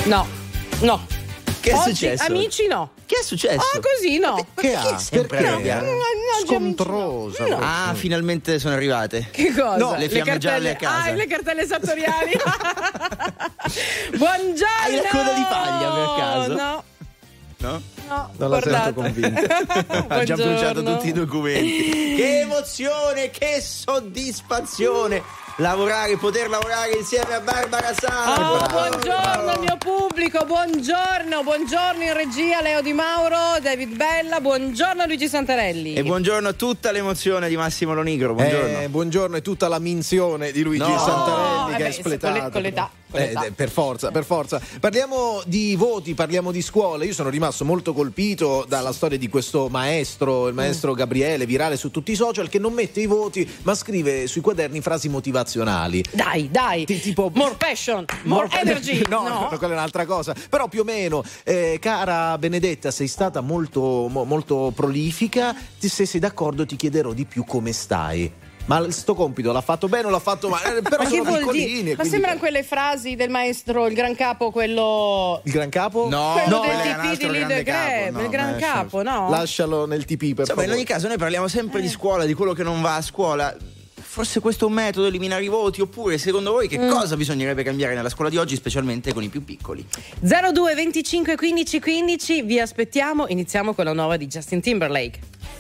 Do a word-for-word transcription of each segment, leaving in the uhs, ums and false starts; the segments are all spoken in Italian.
No, no. Che è Oggi, successo? Amici no. Che è successo? Ah, così no. Che ha? Sempre Perché? arrabbiato? Scontrosa. No. Ah, finalmente sono arrivate. Che cosa? No, le fiamme gialle a casa. Ah, le cartelle esattoriali. Buongiorno. Hai la coda di paglia per caso? No. No? No, Non la guardate. sento convinta. Ha già Buongiorno. bruciato tutti i documenti. Che emozione, che soddisfazione lavorare, poter lavorare insieme a Barbara Sala. Oh, buongiorno mio pubblico, buongiorno, buongiorno in regia Leo Di Mauro, David Bella, buongiorno Luigi Santarelli. E buongiorno a tutta l'emozione di Massimo Lonigro. Buongiorno. Eh, buongiorno e tutta la minzione di Luigi No. Santarelli Eh che beh, è spletato. con le- con l'età, con Eh, l'età. eh, per forza, per forza. Parliamo di voti, parliamo di scuola. Io sono rimasto molto colpito dalla storia di questo maestro, il maestro Gabriele, virale su tutti i social, che non mette i voti ma scrive sui quaderni frasi motivazionali. Dai, dai, Ti- tipo more passion, more, energy. No, no, no, quella è un'altra cosa. Però più o meno, eh, cara Benedetta, sei stata molto, mo- molto prolifica. Ti- se sei d'accordo ti chiederò di più come stai. Ma sto compito l'ha fatto bene o l'ha fatto male? Eh, Però Ma che sono vuol piccolini. dire? Ma quindi- sembrano quelle frasi del maestro, il gran capo, quello... Il gran capo? No, quello no, del quello era un T P di altro Leader grande capo, Grab, no, il gran lascia- capo, no? Lascialo nel T P per Insomma, in favore. ogni caso noi parliamo sempre di scuola, di quello che non va a scuola. Forse questo è un metodo, eliminare i voti, oppure secondo voi che Mm. cosa bisognerebbe cambiare nella scuola di oggi, specialmente con i più piccoli? zero due venticinque quindici quindici, vi aspettiamo, iniziamo con la nuova di Justin Timberlake.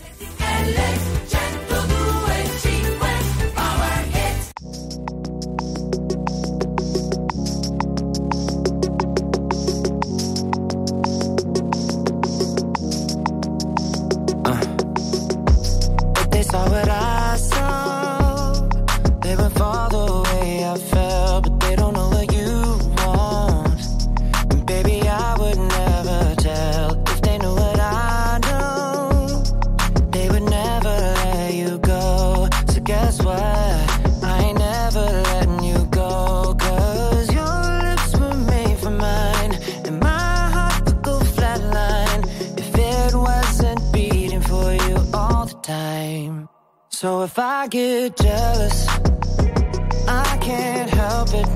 They saw what I saw. They would fall the way I felt, but they don't know what you want. And baby, I would never tell if they knew what I know. They would never let you go. So guess what? I ain't never letting you go. 'Cause your lips were made for mine, and my heart would go flatline if it wasn't beating for you all the time. So if I get jealous, I can't help it.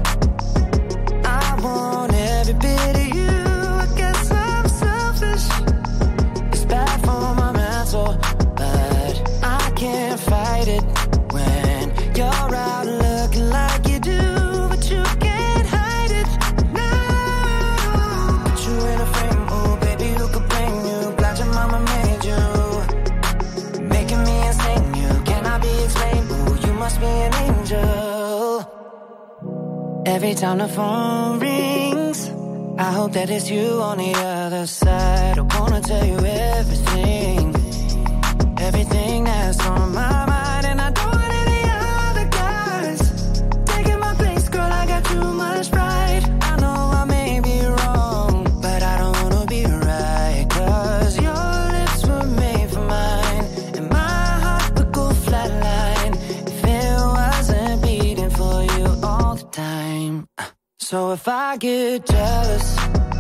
I want every bit of you. I guess I'm selfish. It's bad for my mental, but I can't fight it when you're out looking like you do, but you can't hide it. No, put you in a frame, oh baby, who could blame you? Glad your mama made you, making me insane. You cannot be explained. Ooh, you must be an angel. Every time the phone rings, I hope that it's you on the other side. I wanna tell you everything, everything that's on my mind, and I don't want any other guys taking my place, girl. I got too much pride. I know I may be wrong, but I don't wanna be right. 'Cause your lips were made for mine, and my heart would go flatline if it wasn't beating for you all the time. So if I get jealous,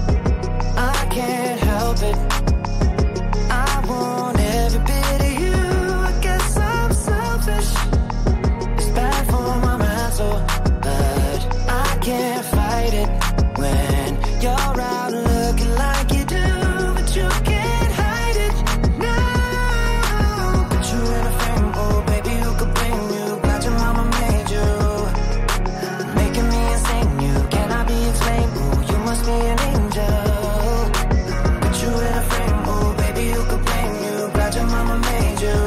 I can't help it. I want every bit of you. I guess I'm selfish. It's bad for my mental, but I can't fight it when you're out looking like you do, but you can't hide it. No, put you in a frame, oh baby, who could blame you? Glad your mama made you, making me insane. You cannot be explained. Ooh, you must be an angel. Put you in a frame, oh baby, who could blame you? Glad your mama made you,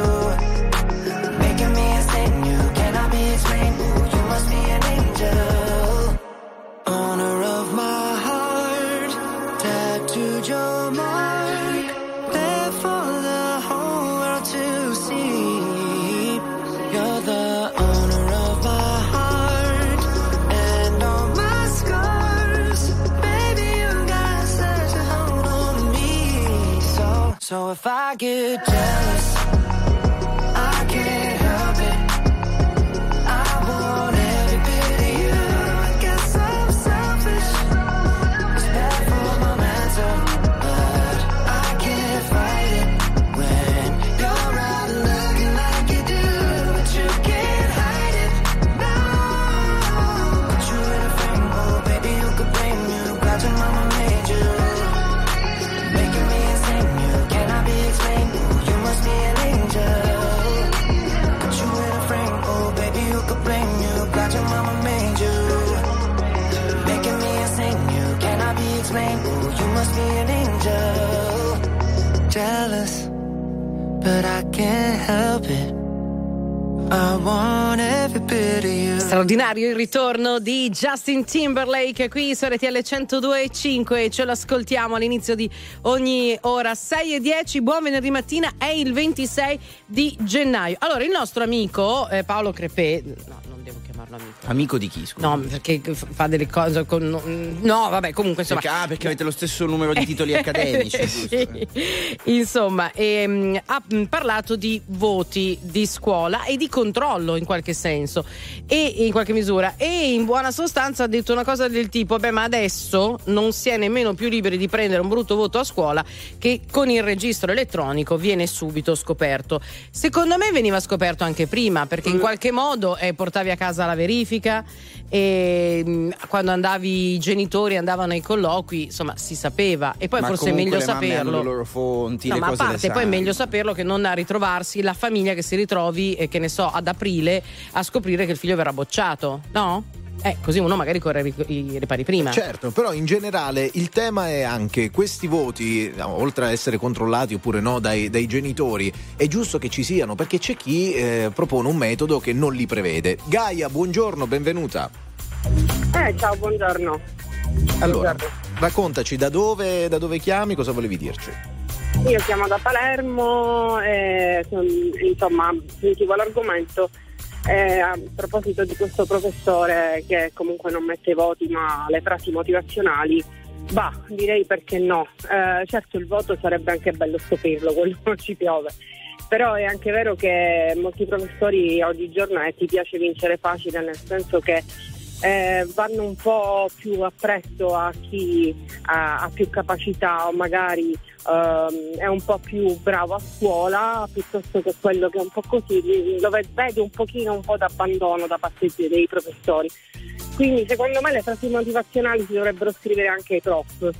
making me insane. You cannot be explained. Ooh, you must be an angel. Owner of my heart, tattooed your mark, there for the whole world to see. You're the owner of my heart and all my scars. Baby, you got such a hold on me. So, so if I get jealous, I can't help it. I want every bit of you. I guess I'm selfish. It's bad for my mental, but I can't fight it when you're out looking like you do, but you can't hide it. No, put you in a frame, oh baby, who could blame you? Glad your mama made can't help it. I want every bit of you. Straordinario il ritorno di Justin Timberlake qui su R T L centodue e cinque, ce l'ascoltiamo all'inizio di ogni ora. Sei e dieci, buon venerdì mattina, è il ventisei di gennaio. Allora, il nostro amico eh, Paolo Crepè, no, non devo chiamarlo amico. Amico di chi, scusa? No, perché fa delle cose con... No, vabbè, comunque insomma... Perché, ah, perché avete lo stesso numero di titoli accademici. Sì. Insomma, ehm, ha parlato di voti di scuola e di controllo in qualche senso e in qualche misura, e in buona sostanza ha detto una cosa del tipo: beh, ma adesso non si è nemmeno più liberi di prendere un brutto voto a scuola, che con il registro elettronico viene subito scoperto. Secondo me veniva scoperto anche prima, perché in qualche modo eh, portavi a casa la verifica e mh, quando andavi, i genitori andavano ai colloqui, insomma si sapeva, e poi ma forse è meglio le mamme saperlo. hanno le loro fonti, no, le ma cose a parte le poi è sanno. meglio saperlo che non a ritrovarsi la famiglia che si ritrovi eh, che ne so ad aprile a scoprire che il figlio verrà bocciato, no? Eh, così uno magari corre i ripari prima. Certo, però in generale il tema è anche questi voti, no, oltre a essere controllati oppure no dai, dai genitori, è giusto che ci siano, perché c'è chi eh, propone un metodo che non li prevede. Gaia, buongiorno, benvenuta. Eh, ciao, buongiorno. Allora, Buongiorno. raccontaci da dove, da dove chiami, cosa volevi dirci? Io chiamo da Palermo e insomma sentivo l'argomento eh, a proposito di questo professore che comunque non mette i voti ma le frasi motivazionali. Bah, direi perché no. Eh, certo il voto sarebbe anche bello scoprirlo, quello non ci piove. Però è anche vero che molti professori oggigiorno eh, ti piace vincere facile, nel senso che Eh, vanno un po' più appresso a chi ha, ha più capacità o magari ehm, è un po' più bravo a scuola, piuttosto che quello che è un po' così, dove vede un pochino un po' d'abbandono da parte dei professori. Quindi secondo me le frasi motivazionali si dovrebbero scrivere anche ai prof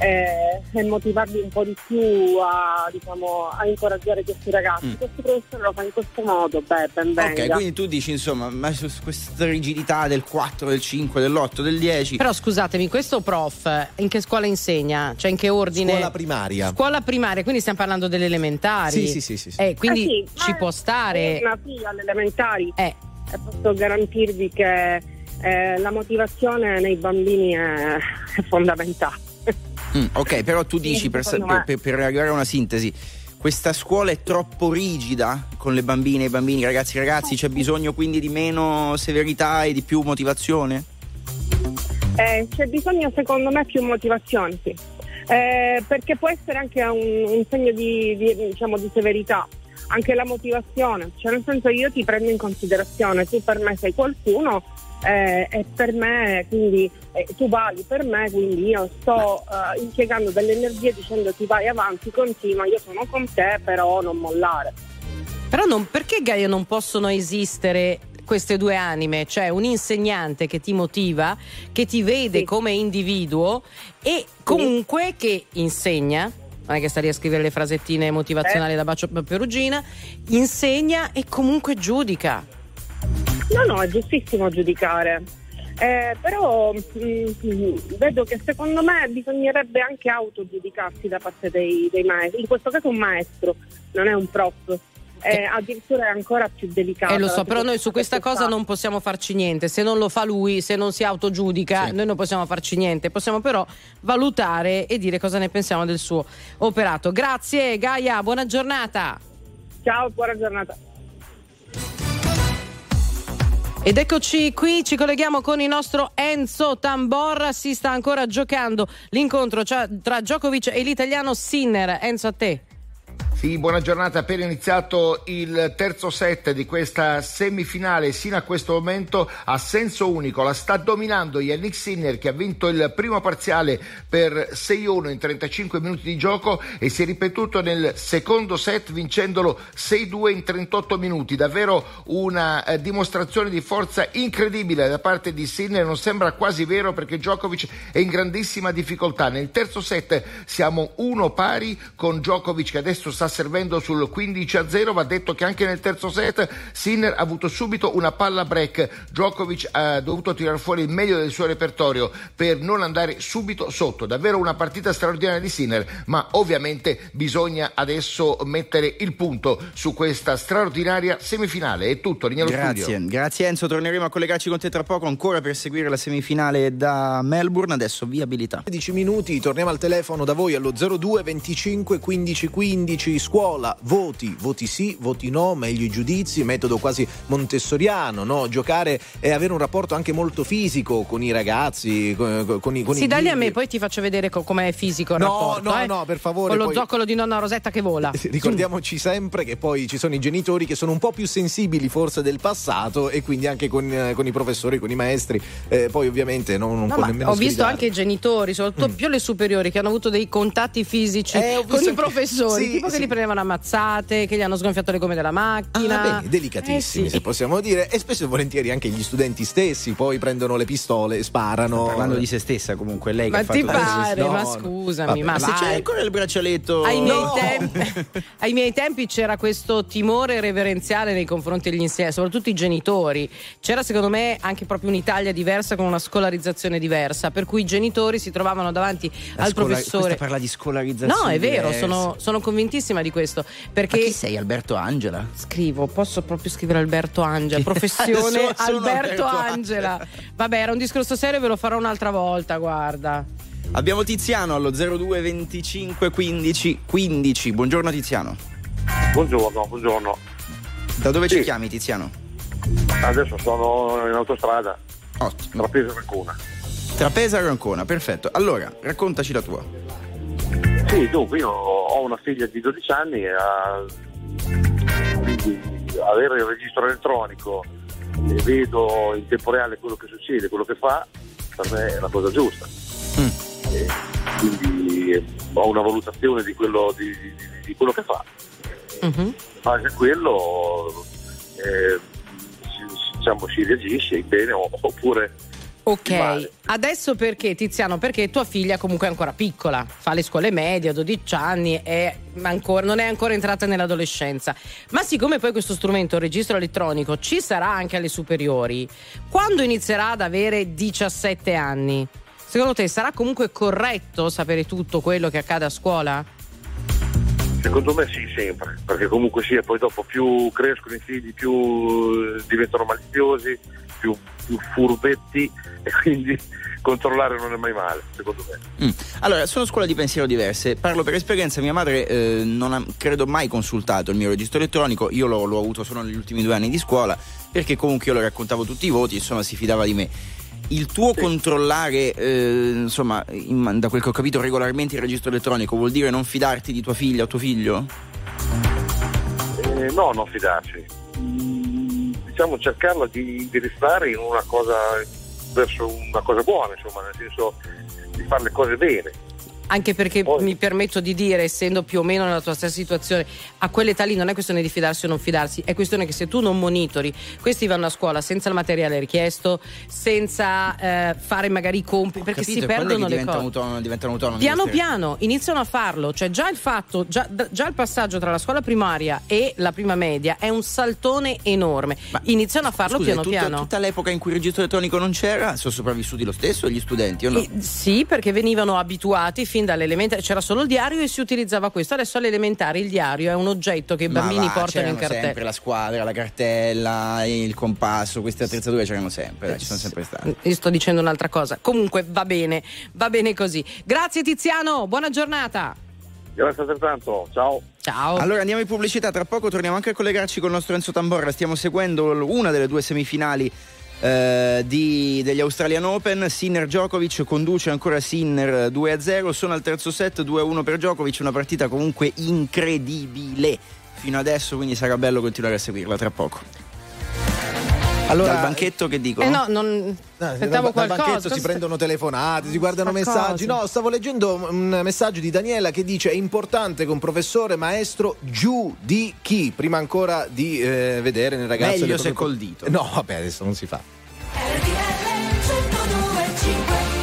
eh, e motivarli un po' di più a, diciamo, a incoraggiare questi ragazzi. Mm. Questo professore lo fa in questo modo, beh, ben venga. Ok, quindi tu dici insomma, ma su questa rigidità del quattro, del cinque, dell'otto, del dieci. Però scusatemi, questo prof in che scuola insegna? Cioè in che ordine? Scuola primaria. Scuola primaria, quindi stiamo parlando delle elementari. Sì, sì, sì, sì, sì. Eh, quindi Eh sì, ci ma può stare. Una figlia alle elementari. Eh. E posso garantirvi che eh, la motivazione nei bambini è, è fondamentale. Mm, ok, però tu dici, Sì, per, secondo per, me. per, per arrivare a una sintesi, questa scuola è troppo rigida con le bambine, i bambini, ragazzi, ragazzi, c'è bisogno quindi di meno severità e di più motivazione? Eh, c'è bisogno secondo me più motivazione, sì. Eh, perché può essere anche un, un segno di, di, diciamo, di severità, anche la motivazione, cioè nel senso io ti prendo in considerazione, tu per me sei qualcuno eh, e per me quindi eh, tu vali per me, quindi io sto eh, impiegando delle energie dicendoti vai avanti, continua, io sono con te, però non mollare. Però non, perché Gaia non possono esistere queste due anime, cioè un insegnante che ti motiva, che ti vede Sì. come individuo e comunque che insegna, non è che sta lì a scrivere le frasettine motivazionali Eh. da Bacio Perugina, insegna e comunque giudica. No, no, è giustissimo giudicare, eh, però mh, vedo che secondo me bisognerebbe anche autogiudicarsi da parte dei, dei maestri, in questo caso un maestro, non è un prof. Eh, addirittura è ancora più delicato. Eh lo so, però noi su questa cosa non possiamo farci niente, se non lo fa lui, se non si autogiudica, Sì. noi non possiamo farci niente, possiamo però valutare e dire cosa ne pensiamo del suo operato. Grazie Gaia, buona giornata. Ciao, buona giornata. Ed eccoci qui, ci colleghiamo con il nostro Enzo Tamborra, si sta ancora giocando l'incontro tra Djokovic e l'italiano Sinner. Enzo, a te. Sì, buona giornata. Appena iniziato il terzo set di questa semifinale, sino a questo momento a senso unico la sta dominando Jannik Sinner, che ha vinto il primo parziale per sei a uno in trentacinque minuti di gioco e si è ripetuto nel secondo set vincendolo sei a due in trentotto minuti. Davvero una eh, dimostrazione di forza incredibile da parte di Sinner, non sembra quasi vero perché Djokovic è in grandissima difficoltà. Nel terzo set siamo uno pari con Djokovic che adesso sta sta servendo sul quindici a zero. Va detto che anche nel terzo set Sinner ha avuto subito una palla break. Djokovic ha dovuto tirare fuori il meglio del suo repertorio per non andare subito sotto. Davvero una partita straordinaria di Sinner, ma ovviamente bisogna adesso mettere il punto su questa straordinaria semifinale. È tutto, Rignello Grazie, Studio. grazie Enzo, torneremo a collegarci con te tra poco ancora per seguire la semifinale da Melbourne. Adesso viabilità. tredici minuti, torniamo al telefono da voi allo zero due venticinque quindici quindici. Scuola, voti, voti sì, voti no, meglio i giudizi, metodo quasi montessoriano, no? Giocare e avere un rapporto anche molto fisico con i ragazzi, con, con i con sì, i dagli bimbi. a me, poi ti faccio vedere co- com'è fisico il No, rapporto. no, eh? no, per favore. Con lo poi... zoccolo di nonna Rosetta che vola. Ricordiamoci sempre che poi ci sono i genitori che sono un po' più sensibili forse del passato, e quindi anche con, eh, con i professori, con i maestri, eh, poi ovviamente non, non No, può ma nemmeno ho visto sgridare. anche i genitori, soprattutto Mm. più le superiori, che hanno avuto dei contatti fisici Eh, ho con visto i anche- professori, sì, tipo che sì. li prendevano a mazzate, che gli hanno sgonfiato le gomme della macchina. Ah, bene, delicatissimi, Eh, sì. se possiamo dire, e spesso e volentieri anche gli studenti stessi poi prendono le pistole e sparano. Parlando di se stessa, comunque, lei che Ma ha fatto ti questo- pare? no, ma no. scusami, Vabbè, ma Ma se c'è vai. ancora il braccialetto. Ai miei, No! tempi, ai miei tempi c'era questo timore reverenziale nei confronti degli insegnanti, soprattutto i genitori. C'era secondo me anche proprio un'Italia diversa, con una scolarizzazione diversa, per cui i genitori si trovavano davanti La al scola- professore. Questa parla di scolarizzazione. No, è vero, diversa. sono, sono convintissima di questo. Ma Perché chi sei, Alberto Angela? scrivo, posso proprio scrivere Alberto Angela, Sì. professione Sono- sono Alberto Alberto Angela. Vabbè, era un discorso serio, ve lo farò un'altra volta, guarda. Abbiamo Tiziano allo zero due venticinque quindici quindici. Buongiorno Tiziano. Buongiorno, buongiorno. Da dove ci Sì. chiami, Tiziano? Adesso sono in autostrada, Ottimo. tra Pesaro e Ancona. Tra Pesaro e Ancona, perfetto. Allora, raccontaci la tua. Sì, dunque io ho una figlia di dodici anni e ha... quindi avere il registro elettronico e vedo in tempo reale quello che succede, quello che fa, per me è la cosa giusta. Mm. E quindi eh, ho una valutazione di quello, di, di, di quello che fa. Mhm. In base a quello eh, si, diciamo, si reagisce bene o- oppure Ok, male. adesso perché Tiziano? Perché tua figlia comunque è ancora piccola, fa le scuole medie, ha dodici anni, è ancora, non è ancora entrata nell'adolescenza. Ma siccome poi questo strumento, il registro elettronico, ci sarà anche alle superiori, quando inizierà ad avere diciassette anni, secondo te sarà comunque corretto sapere tutto quello che accade a scuola? Secondo me sì, sempre, perché comunque sia, poi dopo più crescono i figli, più eh, diventano maliziosi, più, più furbetti, e quindi controllare non è mai male, secondo me. Mm. Allora, sono scuole di pensiero diverse. Parlo per esperienza, mia madre eh, non ha credo mai consultato il mio registro elettronico. Io l'ho, l'ho avuto solo negli ultimi due anni di scuola, perché comunque io le raccontavo tutti i voti, insomma si fidava di me. Il tuo Sì. controllare, eh, insomma, in- da quel che ho capito, regolarmente il registro elettronico vuol dire non fidarti di tua figlia o tuo figlio? Eh, no, non fidarci. Mm, diciamo cercarla di indirizzare in una cosa, verso una cosa buona, insomma, nel senso di fare le cose bene. Anche perché Poi- mi permetto di dire, essendo più o meno nella tua stessa situazione, a quell'età lì non è questione di fidarsi o non fidarsi, è questione che se tu non monitori, questi vanno a scuola senza il materiale richiesto, senza eh, fare magari i compiti, perché Capito, si è quello perdono che le diventano cose. autonomi, diventano autonomi. Piano queste- piano iniziano a farlo, cioè già il fatto, già, già il passaggio tra la scuola primaria e la prima media è un saltone enorme. Ma- Iniziano a farlo Scusa, piano tutta, piano. tutta l'epoca in cui il registro elettronico non c'era, sono sopravvissuti lo stesso gli studenti o no? Eh, sì, perché venivano abituati fin dall'elementare, c'era solo il diario e si utilizzava questo. Adesso all'elementare il diario è un oggetto che i Ma bambini va, portano in c'erano cartella. sempre la squadra, la cartella, il compasso, queste attrezzature c'erano sempre, dai, ci sono sempre state. Io sto dicendo un'altra cosa. Comunque va bene, va bene così. Grazie Tiziano, buona giornata. Grazie altrettanto, ciao. Ciao. Allora andiamo in pubblicità, tra poco torniamo anche a collegarci con il nostro Enzo Tamborra, stiamo seguendo una delle due semifinali eh, di, degli Australian Open. Sinner Djokovic, conduce ancora Sinner due a zero, sono al terzo set, due a uno per Djokovic, una partita comunque incredibile fino adesso, quindi sarà bello continuare a seguirla tra poco. Allora, Dal banchetto che dicono? Eh no, non No, aspettavo dal, dal qualcosa. banchetto si prendono telefonate, si guardano Qualcosa. messaggi. No, stavo leggendo un messaggio di Daniela che dice: è importante che un professore maestro giudichi prima ancora di eh, vedere nel ragazzo. Meglio le se proprie- col dito. No, vabbè, adesso non si fa.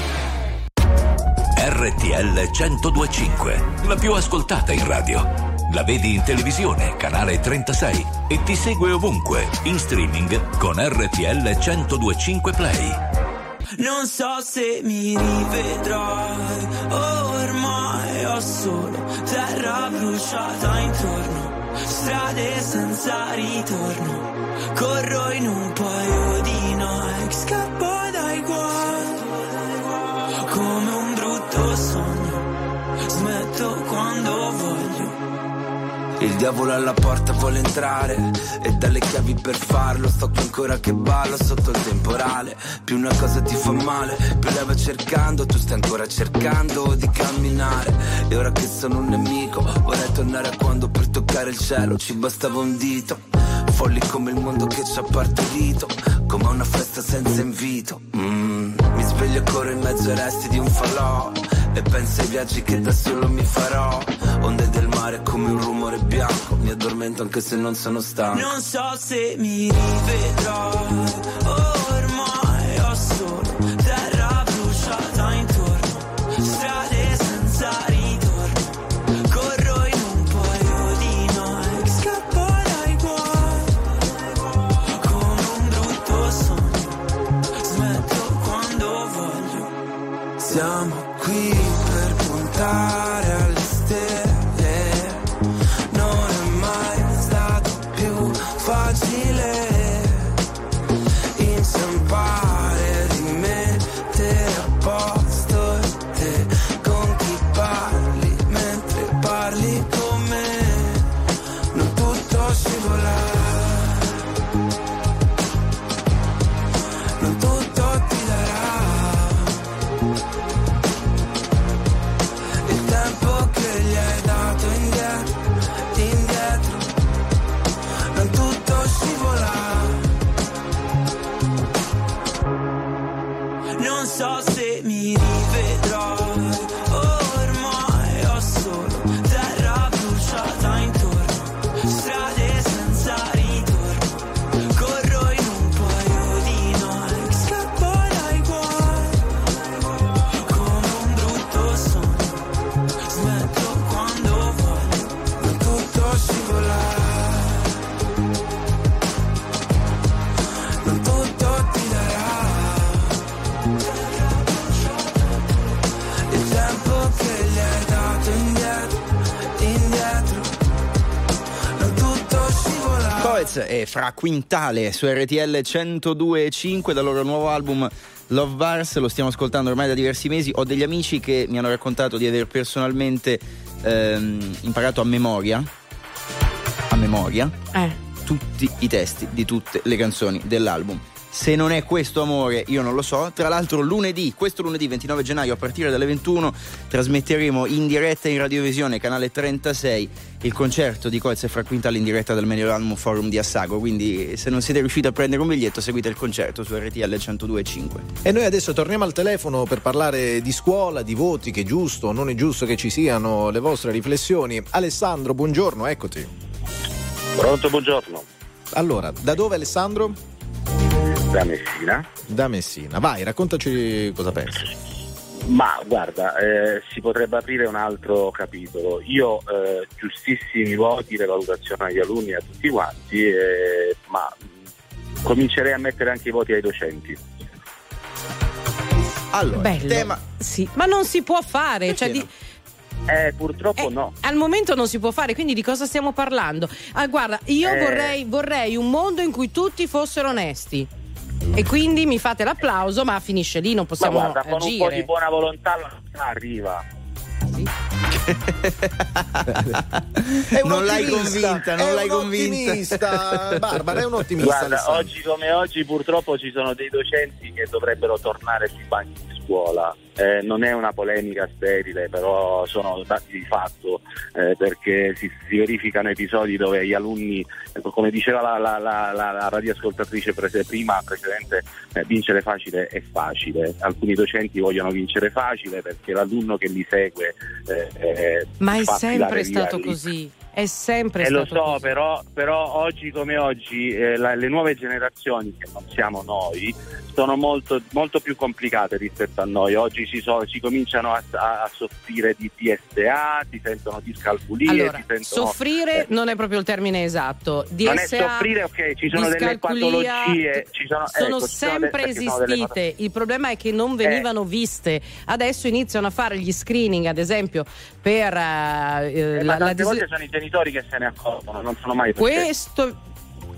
R T L centodue e cinque, la più ascoltata in radio. La vedi in televisione, canale trentasei, e ti segue ovunque, in streaming con R T L centodue e cinque Play. Non so se mi rivedrai, ormai ho solo terra bruciata intorno, strade senza ritorno, corro in un paio di Nike, scappo dai guai, come un brutto sogno, smetto quando voglio. Il diavolo alla porta vuole entrare e dalle chiavi per farlo. Sto qui ancora che ballo sotto il temporale. Più una cosa ti fa male, più lei va cercando. Tu stai ancora cercando di camminare. E ora che sono un nemico vorrei tornare a quando per toccare il cielo ci bastava un dito. Folli come il mondo che ci ha partorito, come una festa senza invito. mm. Mi sveglio e corro in mezzo ai resti di un falò e penso ai viaggi che da solo mi farò. Onde del mare come un rumore bianco, mi addormento anche se non sono stanco. Non so se mi rivedrai, ormai ho solo terra bruciata intorno, strade senza ritorno, corro in un paio di Nike, scappo dai guai, come un brutto sogno, smetto quando voglio. Siamo qui per puntare alle stelle, non è mai stato più facile inciampare, rimettere a posto te con chi parli mentre parli con me, non tutto scivola, non tutto ti darà il tempo che gli hai dato indietro, indietro, non tutto scivola. Non so se mi rivedrai, ormai ho solo terra bruciata intorno, strade senza ritorno, corro in un paio di Nike, scappo dai guai, come un brutto sogno, smetto quando voglio, non tutto scivola, non tutto ti darà il tempo che gli hai dato indietro, indietro, non tutto scivola. Coez e Fra Quintale su R T L centodue e cinque dal loro nuovo album Love Bars. Lo stiamo ascoltando ormai da diversi mesi. Ho degli amici che mi hanno raccontato di aver personalmente ehm, imparato a memoria a memoria Eh. tutti i testi di tutte le canzoni dell'album. Se non è questo amore, io non lo so. Tra l'altro lunedì, questo lunedì ventinove gennaio a partire dalle ventuno trasmetteremo in diretta in radiovisione canale trentasei il concerto di Coez e Fra Quintale in diretta dal Mediolanum Forum di Assago. Quindi se non siete riusciti a prendere un biglietto, seguite il concerto su R T L centodue e cinque. E noi adesso torniamo al telefono per parlare di scuola, di voti, che è giusto o non è giusto che ci siano, le vostre riflessioni. Alessandro, buongiorno, eccoti. Pronto, buongiorno. Allora, da dove Alessandro? Da Messina. Da Messina. Vai, raccontaci cosa pensi. Ma guarda, eh, si potrebbe aprire un altro capitolo. Io eh, giustissimi voti, le valutazioni agli alunni e a tutti quanti, eh, ma mh, comincerei a mettere anche i voti ai docenti. Allora, Bello. tema Sì, ma non si può fare, cioè di... Eh, purtroppo Eh, no. Al momento non si può fare, quindi di cosa stiamo parlando? Ah, guarda, io Eh. vorrei, vorrei un mondo in cui tutti fossero onesti. E quindi mi fate l'applauso, ma finisce lì, non Ma possiamo guarda, con agire. un po' di buona volontà arriva. È un Non l'hai ottimista, convinta, non è l'hai un convinta. ottimista. Barbara, è un ottimista. Guarda, Alessandro. oggi come oggi purtroppo ci sono dei docenti che dovrebbero tornare sui banchi di scuola. Eh, non è una polemica sterile, però sono dati di fatto, eh, perché si, si verificano episodi dove gli alunni, ecco, come diceva la, la, la, la, la radioascoltatrice prese, prima precedente, eh, vincere facile è facile. Alcuni docenti vogliono vincere facile perché l'alunno che li segue eh, eh, Ma è fa sempre filare via stato lì. così. È sempre Eh, stato lo so, così. però, però oggi come oggi eh, la- le nuove generazioni, che non siamo noi, sono molto, molto più complicate rispetto a noi. Oggi oggi si, so, si cominciano a, a, a soffrire di P S A, si sentono discalculie. Allora, si sentono, soffrire eh, non è proprio il termine esatto. D S A, non è soffrire, ok, ci sono delle patologie, ci sono, sono ecco, sempre ci sono delle, esistite. Il problema è che non venivano eh. viste. Adesso iniziano a fare gli screening, ad esempio, per uh, eh, la, ma tante la volte sono i genitori che se ne accorgono, non sono mai perché. questo.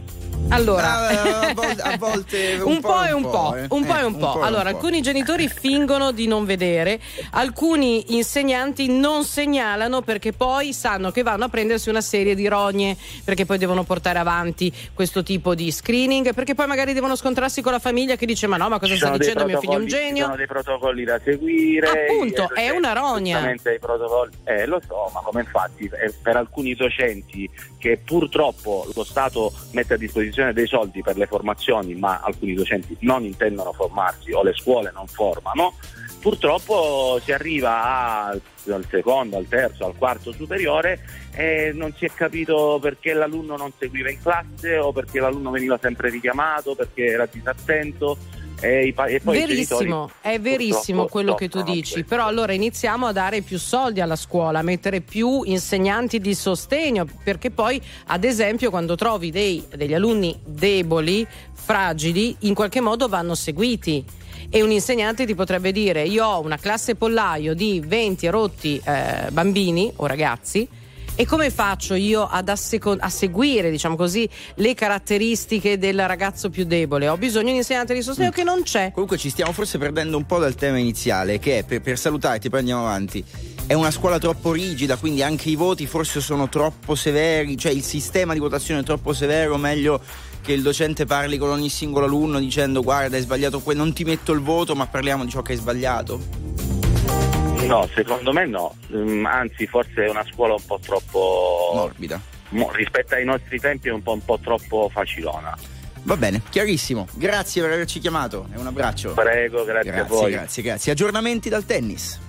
Allora, ah, a volte, a volte un, un po' e un po', eh. un po' e eh, un un po'. po' Allora, un po'. alcuni genitori fingono di non vedere, alcuni insegnanti non segnalano perché poi sanno che vanno a prendersi una serie di rogne, perché poi devono portare avanti questo tipo di screening, perché poi magari devono scontrarsi con la famiglia che dice: ma no, ma cosa Ci sta sono dei dicendo mio figlio, è un protocolli- genio? Ci sono dei protocolli da seguire. Appunto, eh, è una rogna. giustamente i protocolli, eh, lo so, ma come infatti eh, per alcuni docenti che purtroppo lo Stato mette a disposizione dei soldi per le formazioni, ma alcuni docenti non intendono formarsi o le scuole non formano, purtroppo si arriva a, al secondo, al terzo, al quarto superiore e non si è capito perché l'alunno non seguiva in classe o perché l'alunno veniva sempre richiamato, perché era disattento. E, i, e poi verissimo, è verissimo quello che tu dici, però allora iniziamo a dare più soldi alla scuola, a mettere più insegnanti di sostegno, perché poi ad esempio quando trovi dei, degli alunni deboli, fragili, in qualche modo vanno seguiti. E un insegnante ti potrebbe dire: io ho una classe pollaio di venti rotti eh, bambini o ragazzi, e come faccio io ad assecon- a seguire, diciamo così, le caratteristiche del ragazzo più debole? Ho bisogno di un insegnante di sostegno mm. che non c'è. Comunque ci stiamo forse perdendo un po' dal tema iniziale, che è, per, per salutarti, poi andiamo avanti, è una scuola troppo rigida, quindi anche i voti forse sono troppo severi, cioè il sistema di votazione è troppo severo, meglio che il docente parli con ogni singolo alunno dicendo: guarda, hai sbagliato, que- non ti metto il voto, ma parliamo di ciò che hai sbagliato. No, secondo me no, um, anzi forse è una scuola un po' troppo morbida, mo, rispetto ai nostri tempi è un po', un po' troppo facilona. Va bene, chiarissimo, grazie per averci chiamato e un abbraccio. Prego, grazie, grazie a voi. Grazie, grazie. Aggiornamenti dal tennis.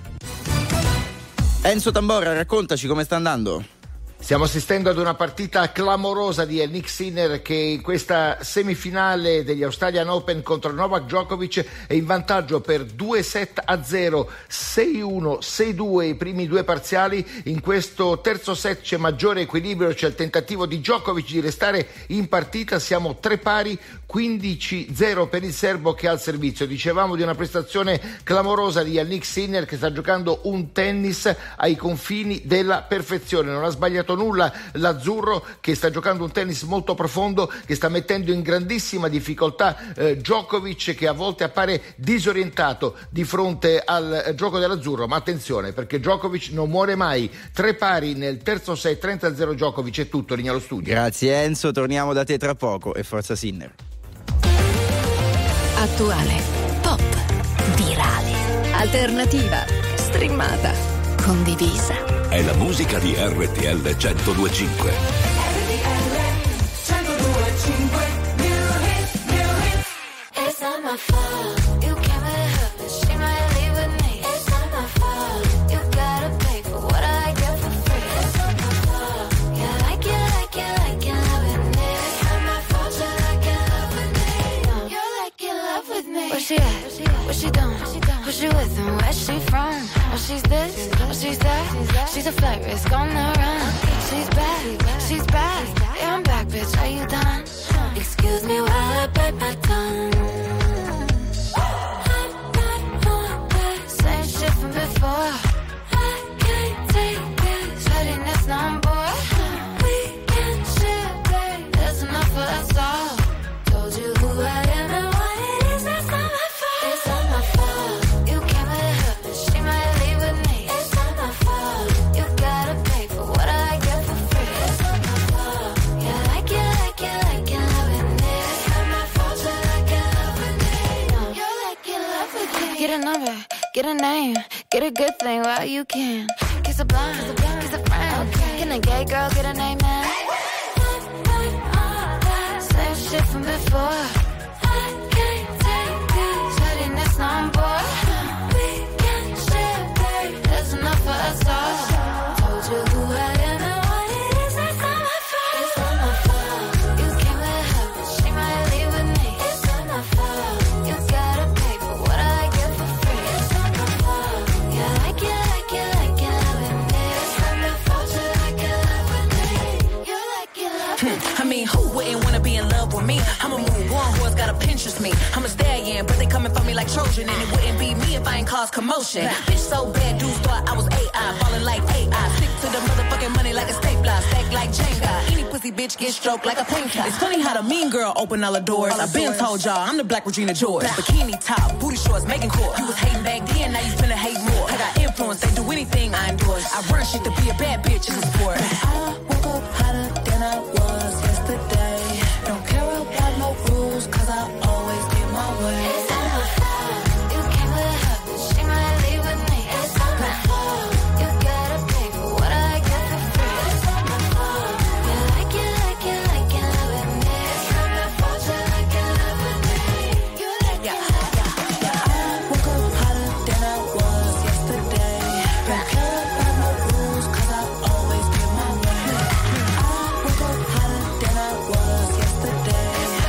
Enzo Tamborra, raccontaci come sta andando. Stiamo assistendo ad una partita clamorosa di Yannick Sinner che in questa semifinale degli Australian Open contro Novak Djokovic è in vantaggio per due set a zero, sei uno, sei due i primi due parziali. In questo terzo set c'è maggiore equilibrio, c'è il tentativo di Djokovic di restare in partita, siamo tre pari, quindici zero per il serbo che ha il servizio. Dicevamo di una prestazione clamorosa di Yannick Sinner che sta giocando un tennis ai confini della perfezione, non ha sbagliato nulla l'azzurro, che sta giocando un tennis molto profondo, che sta mettendo in grandissima difficoltà eh, Djokovic, che a volte appare disorientato di fronte al eh, gioco dell'azzurro, ma attenzione perché Djokovic non muore mai. Tre pari nel terzo set, trenta a zero Djokovic. È tutto, linea allo studio. Grazie Enzo, torniamo da te tra poco e forza Sinner. Attuale, pop, virale, alternativa, streamata, condivisa. È la musica di R T L centodue e cinque. R T L centodue e cinque. It's not my fault. You came with her, but she might leave with me. It's not my fault. You gotta pay for what I get for free. It's not my fault. You like it, like it, like it, love with me. It's not my fault. You like it, love with me. You like it, love with me. Where she at? What she doing? Who she with and where she from? Oh, she's this, oh, she's that. She's a flight risk on the run. She's back, she's back. Yeah, I'm back, bitch. Are you done? Excuse me while I bite my tongue. I'm not on that same shit from before. I can't take this pettiness no more. We can share, babe. There's enough for us all. Told you who I am and what it is. That's not my fault. It's not my fault. You came with her, but she might leave with me. It's not my fault. You gotta pay for what I get for free. It's not my fault. You like it, like it, like it, love with me. It's not my fault. You like it, love with me. No, you like it, love with me. Get a number, get a name, get a good thing while you can. Kiss a blind, kiss a friend. Can a gay girl get a name now? Same shit from before. I can't take this pettiness no more. We can share, babe. There's enough for us all. Told you who I am and what it is. That's not my fault. It's not my fault. You came with her, but she might leave with me. It's not my fault. You gotta pay for what I get for free. It's not my fault. me. I'm a move on, boys gotta Pinterest me. I'm a stallion, but they coming for me like Trojan, and it wouldn't be me if I ain't cause commotion. Bitch so bad, dudes thought I was A I, falling like A I. Stick to the motherfucking money like a stapler, stack like Jenga. Any pussy bitch get stroked like a painter. It's funny how the mean girl open all the doors. I been told y'all I'm the Black Regina George. Bikini top, booty shorts, making court. You was hating back then, now you finna hate more. I got influence, they do anything I endorse. I run shit to be a bad bitch in the sport. I woke up hotter than I was yesterday. Don't care about no rules, cause I always get my way. It's on my phone, you came with her, she might leave with me. It's on my phone, you gotta pay for what I get for free. It's on my phone, you like it, like it, like it, love with me. It's on my phone, you like it, love with me. You like it, like it, like it. I woke up hotter than I was yesterday. Don't care about no rules, cause I always get my way. I woke up hotter than I was yesterday.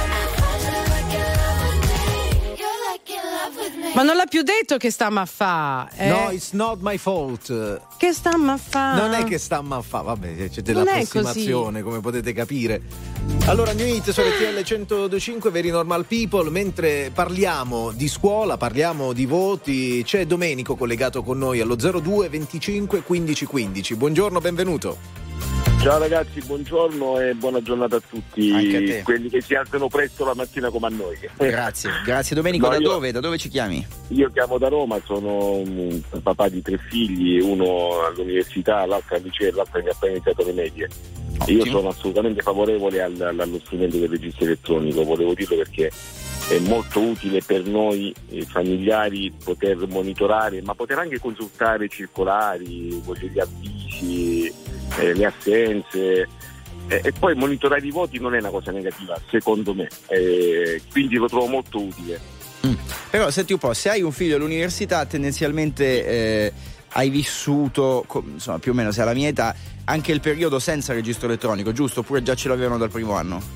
Ma non l'ha più detto che sta a fa? Eh? No, it's not my fault. Che sta a fa? Non è che sta a fa, vabbè, c'è Non è dell'approssimazione, come potete capire. Allora, New Hit su R T L centodue e cinque, Very Normal People. Mentre parliamo di scuola, parliamo di voti, c'è Domenico collegato con noi allo zero due venticinque quindici quindici. Buongiorno, benvenuto. Ciao ragazzi, buongiorno e buona giornata a tutti. Anche a te. Quelli che si alzano presto la mattina come a noi. Grazie, grazie Domenico. No, da io, dove? Da dove ci chiami? Io chiamo da Roma, sono un papà di tre figli, uno all'università, l'altro al liceo e l'altro che ha appena iniziato le medie. E io sono assolutamente favorevole al, allo strumento del registro elettronico, volevo dirlo perché è molto utile per noi eh, familiari poter monitorare, ma poter anche consultare circolari, gli avvisi, eh, le assenze, eh, e poi monitorare i voti non è una cosa negativa, secondo me, eh, quindi lo trovo molto utile. Mm. Però senti un po', se hai un figlio all'università tendenzialmente eh, hai vissuto, insomma più o meno se alla mia età, anche il periodo senza registro elettronico, giusto? Oppure già ce l'avevano dal primo anno?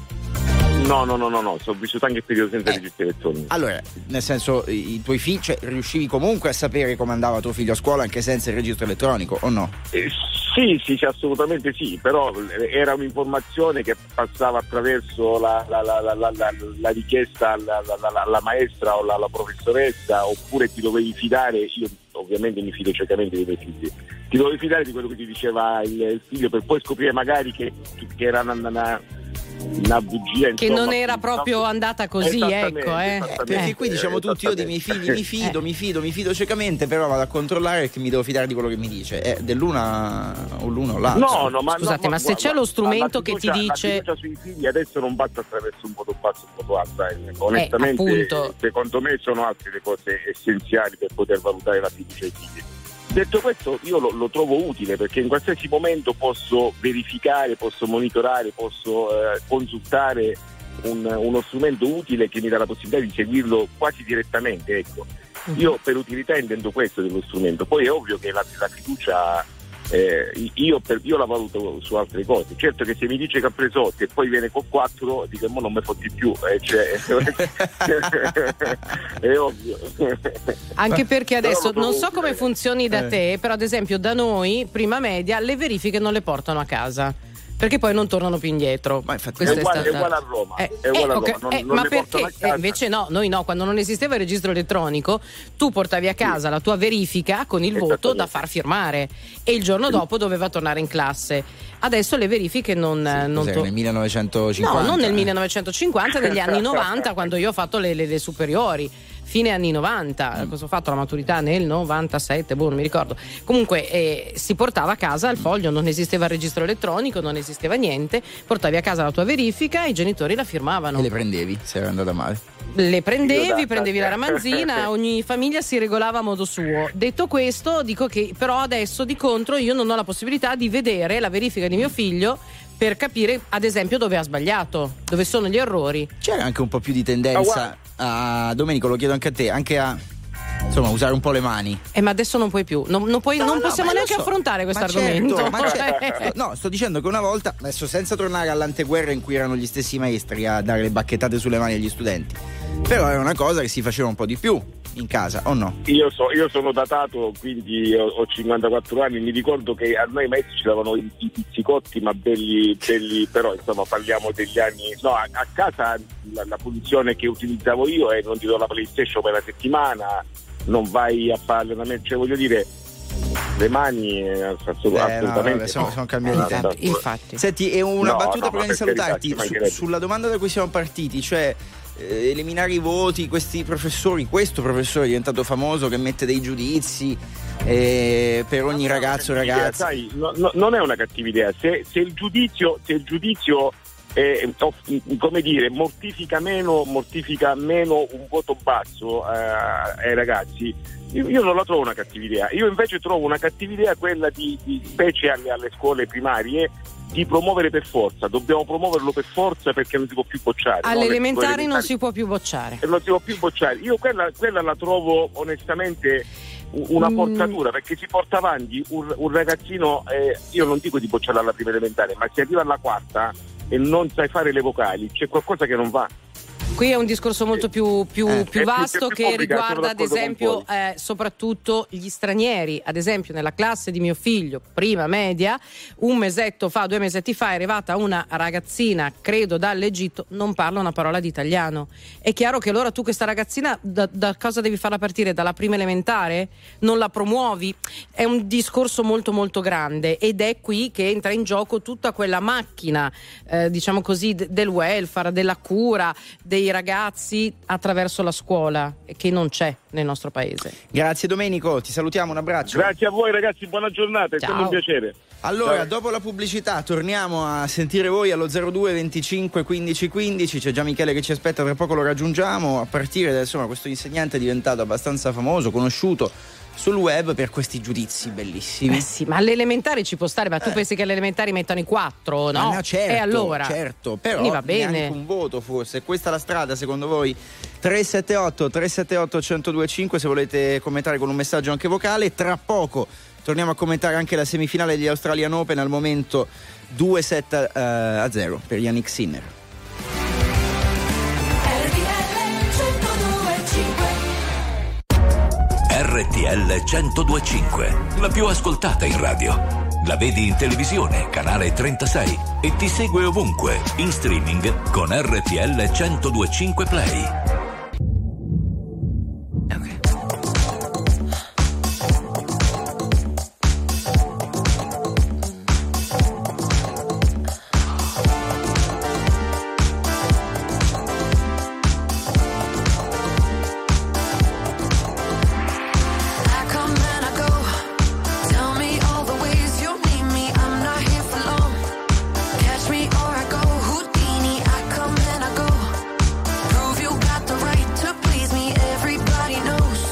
No, no, no, no, no, ho vissuto anche il periodo senza eh. registro elettronico. Allora, nel senso, i tuoi figli, cioè, riuscivi comunque a sapere come andava tuo figlio a scuola anche senza il registro elettronico, o no? Eh, sì, sì, sì, assolutamente sì, però era un'informazione che passava attraverso la, la, la, la, la, la richiesta alla, alla, alla maestra o alla professoressa, oppure ti dovevi fidare, io ovviamente mi fido ciecamente dei miei figli, ti dovevi fidare di quello che ti diceva il, il figlio per poi scoprire magari che, che era una, una una bugia, che insomma, non era proprio no? andata così, ecco eh. Perché qui diciamo tutti, io dei miei figli mi fido, mi fido, mi fido ciecamente, però vado a controllare che mi devo fidare di quello che mi dice, è dell'una o l'uno o l'altro. No, no, ma scusate, no, ma, ma se c'è lo strumento che ti dice, la fiducia sui figli adesso non basta attraverso un voto basso, un voto alto, eh. onestamente eh, secondo me sono altre le cose essenziali per poter valutare la fiducia ai figli. Detto questo, io lo, lo trovo utile perché in qualsiasi momento posso verificare, posso monitorare, posso eh, consultare un, uno strumento utile che mi dà la possibilità di seguirlo quasi direttamente. Ecco. Io per utilità intendo questo dello strumento, poi è ovvio che la, la fiducia eh, io, per, io la valuto su altre cose. Certo che se mi dice che ha preso otto e poi viene con quattro, dico mo non mi fotti più, eh, cioè, è ovvio. Anche perché adesso non so come funzioni da te, però ad esempio da noi prima media le verifiche non le portano a casa perché poi non tornano più indietro. Ma infatti è uguale, è, stata... è uguale a Roma, eh, è uguale eh, a Roma. Okay, non, eh, non ma le perché eh, invece no, noi no, quando non esisteva il registro elettronico tu portavi a casa sì. la tua verifica con il voto da far firmare e il giorno dopo doveva tornare in classe. Adesso le verifiche non, sì, non to- nel millenovecentocinquanta. No, non nel millenovecentocinquanta, negli anni novanta quando io ho fatto le, le, le superiori. Fine anni novanta, mm. cosa ho fatto la maturità nel novantasette, boh, non mi ricordo. Comunque eh, si portava a casa il foglio, non esisteva il registro elettronico, non esisteva niente, portavi a casa la tua verifica e i genitori la firmavano. E le prendevi se era andata male? Le prendevi, prendevi la ramanzina, ogni famiglia si regolava a modo suo. Detto questo, dico che però adesso di contro io non ho la possibilità di vedere la verifica di mio figlio per capire ad esempio dove ha sbagliato, dove sono gli errori. C'era anche un po' più di tendenza a, Domenico, lo chiedo anche a te, anche a insomma usare un po' le mani. Eh ma adesso non puoi più, non, non, puoi, no, non no, possiamo neanche so. affrontare questo ma argomento certo, ma certo. No, sto dicendo che una volta, adesso senza tornare all'anteguerra in cui erano gli stessi maestri a dare le bacchettate sulle mani agli studenti, però era una cosa che si faceva un po' di più. in casa, o no? Io, so, io sono datato, quindi ho, ho cinquantaquattro anni, mi ricordo che a noi maestri ci davano i, i pizzicotti, ma belli, belli, però insomma parliamo degli anni. No, a, a casa la, la punizione che utilizzavo io è non ti do la PlayStation per la settimana, non vai a fare allenamento, cioè voglio dire, le mani eh, assolutamente eh, no, vabbè, sono, no. sono cambiati i tempi. Infatti. Senti, è una no, battuta no, prima di salutarti su, sulla domanda da cui siamo partiti, cioè eh, eliminare i voti, questi professori, questo professore è diventato famoso che mette dei giudizi eh, per ogni ragazzo o ragazza. Sai, no, no, non è una cattiva idea, se, se il giudizio se il giudizio eh, come dire, mortifica meno mortifica meno un voto basso eh, ai ragazzi, io, io non la trovo una cattiva idea. Io invece trovo una cattiva idea quella di, di specie alle, alle scuole primarie, di promuovere per forza, dobbiamo promuoverlo per forza perché non si può più bocciare. Alle no? elementari non si può più bocciare. Non si può più bocciare. Io quella, quella la trovo onestamente una forzatura, mm. perché si porta avanti un, un ragazzino, eh, io non dico di bocciare alla prima elementare, ma si arriva alla quarta e non sai fare le vocali, c'è qualcosa che non va. Qui è un discorso molto più, più, eh, più vasto più, più che riguarda ad esempio eh, soprattutto gli stranieri. Ad esempio nella classe di mio figlio, prima media, un mesetto fa, due mesetti fa è arrivata una ragazzina, credo dall'Egitto, non parla una parola di italiano. È chiaro che allora tu questa ragazzina da, da cosa devi farla partire? Dalla prima elementare? Non la promuovi? È un discorso molto molto grande ed è qui che entra in gioco tutta quella macchina eh, diciamo così d- del welfare, della cura dei ragazzi attraverso la scuola, che non c'è nel nostro paese. Grazie Domenico, ti salutiamo, un abbraccio. Grazie a voi ragazzi, buona giornata, è stato un piacere. Allora, Ciao. Dopo la pubblicità torniamo a sentire voi allo zero due venticinque quindici quindici, c'è già Michele che ci aspetta, tra poco lo raggiungiamo. A partire da, insomma, questo insegnante è diventato abbastanza famoso, conosciuto sul web per questi giudizi bellissimi. Eh sì, ma all'elementari ci può stare, ma tu eh. pensi che alle elementari mettano i quattro, no? Ma no, certo, e allora? certo, però quindi va bene. Neanche un voto forse. Questa è la strada secondo voi? tre sette otto tre sette otto uno zero due cinque se volete commentare con un messaggio anche vocale. Tra poco torniamo a commentare anche la semifinale degli Australian Open, al momento due sette a zero per Yannick Sinner. R T L centodue e cinque, la più ascoltata in radio. La vedi in televisione, canale trentasei, e ti segue ovunque, in streaming con R T L centodue e cinque Play. Prove you got the right to please me. Everybody knows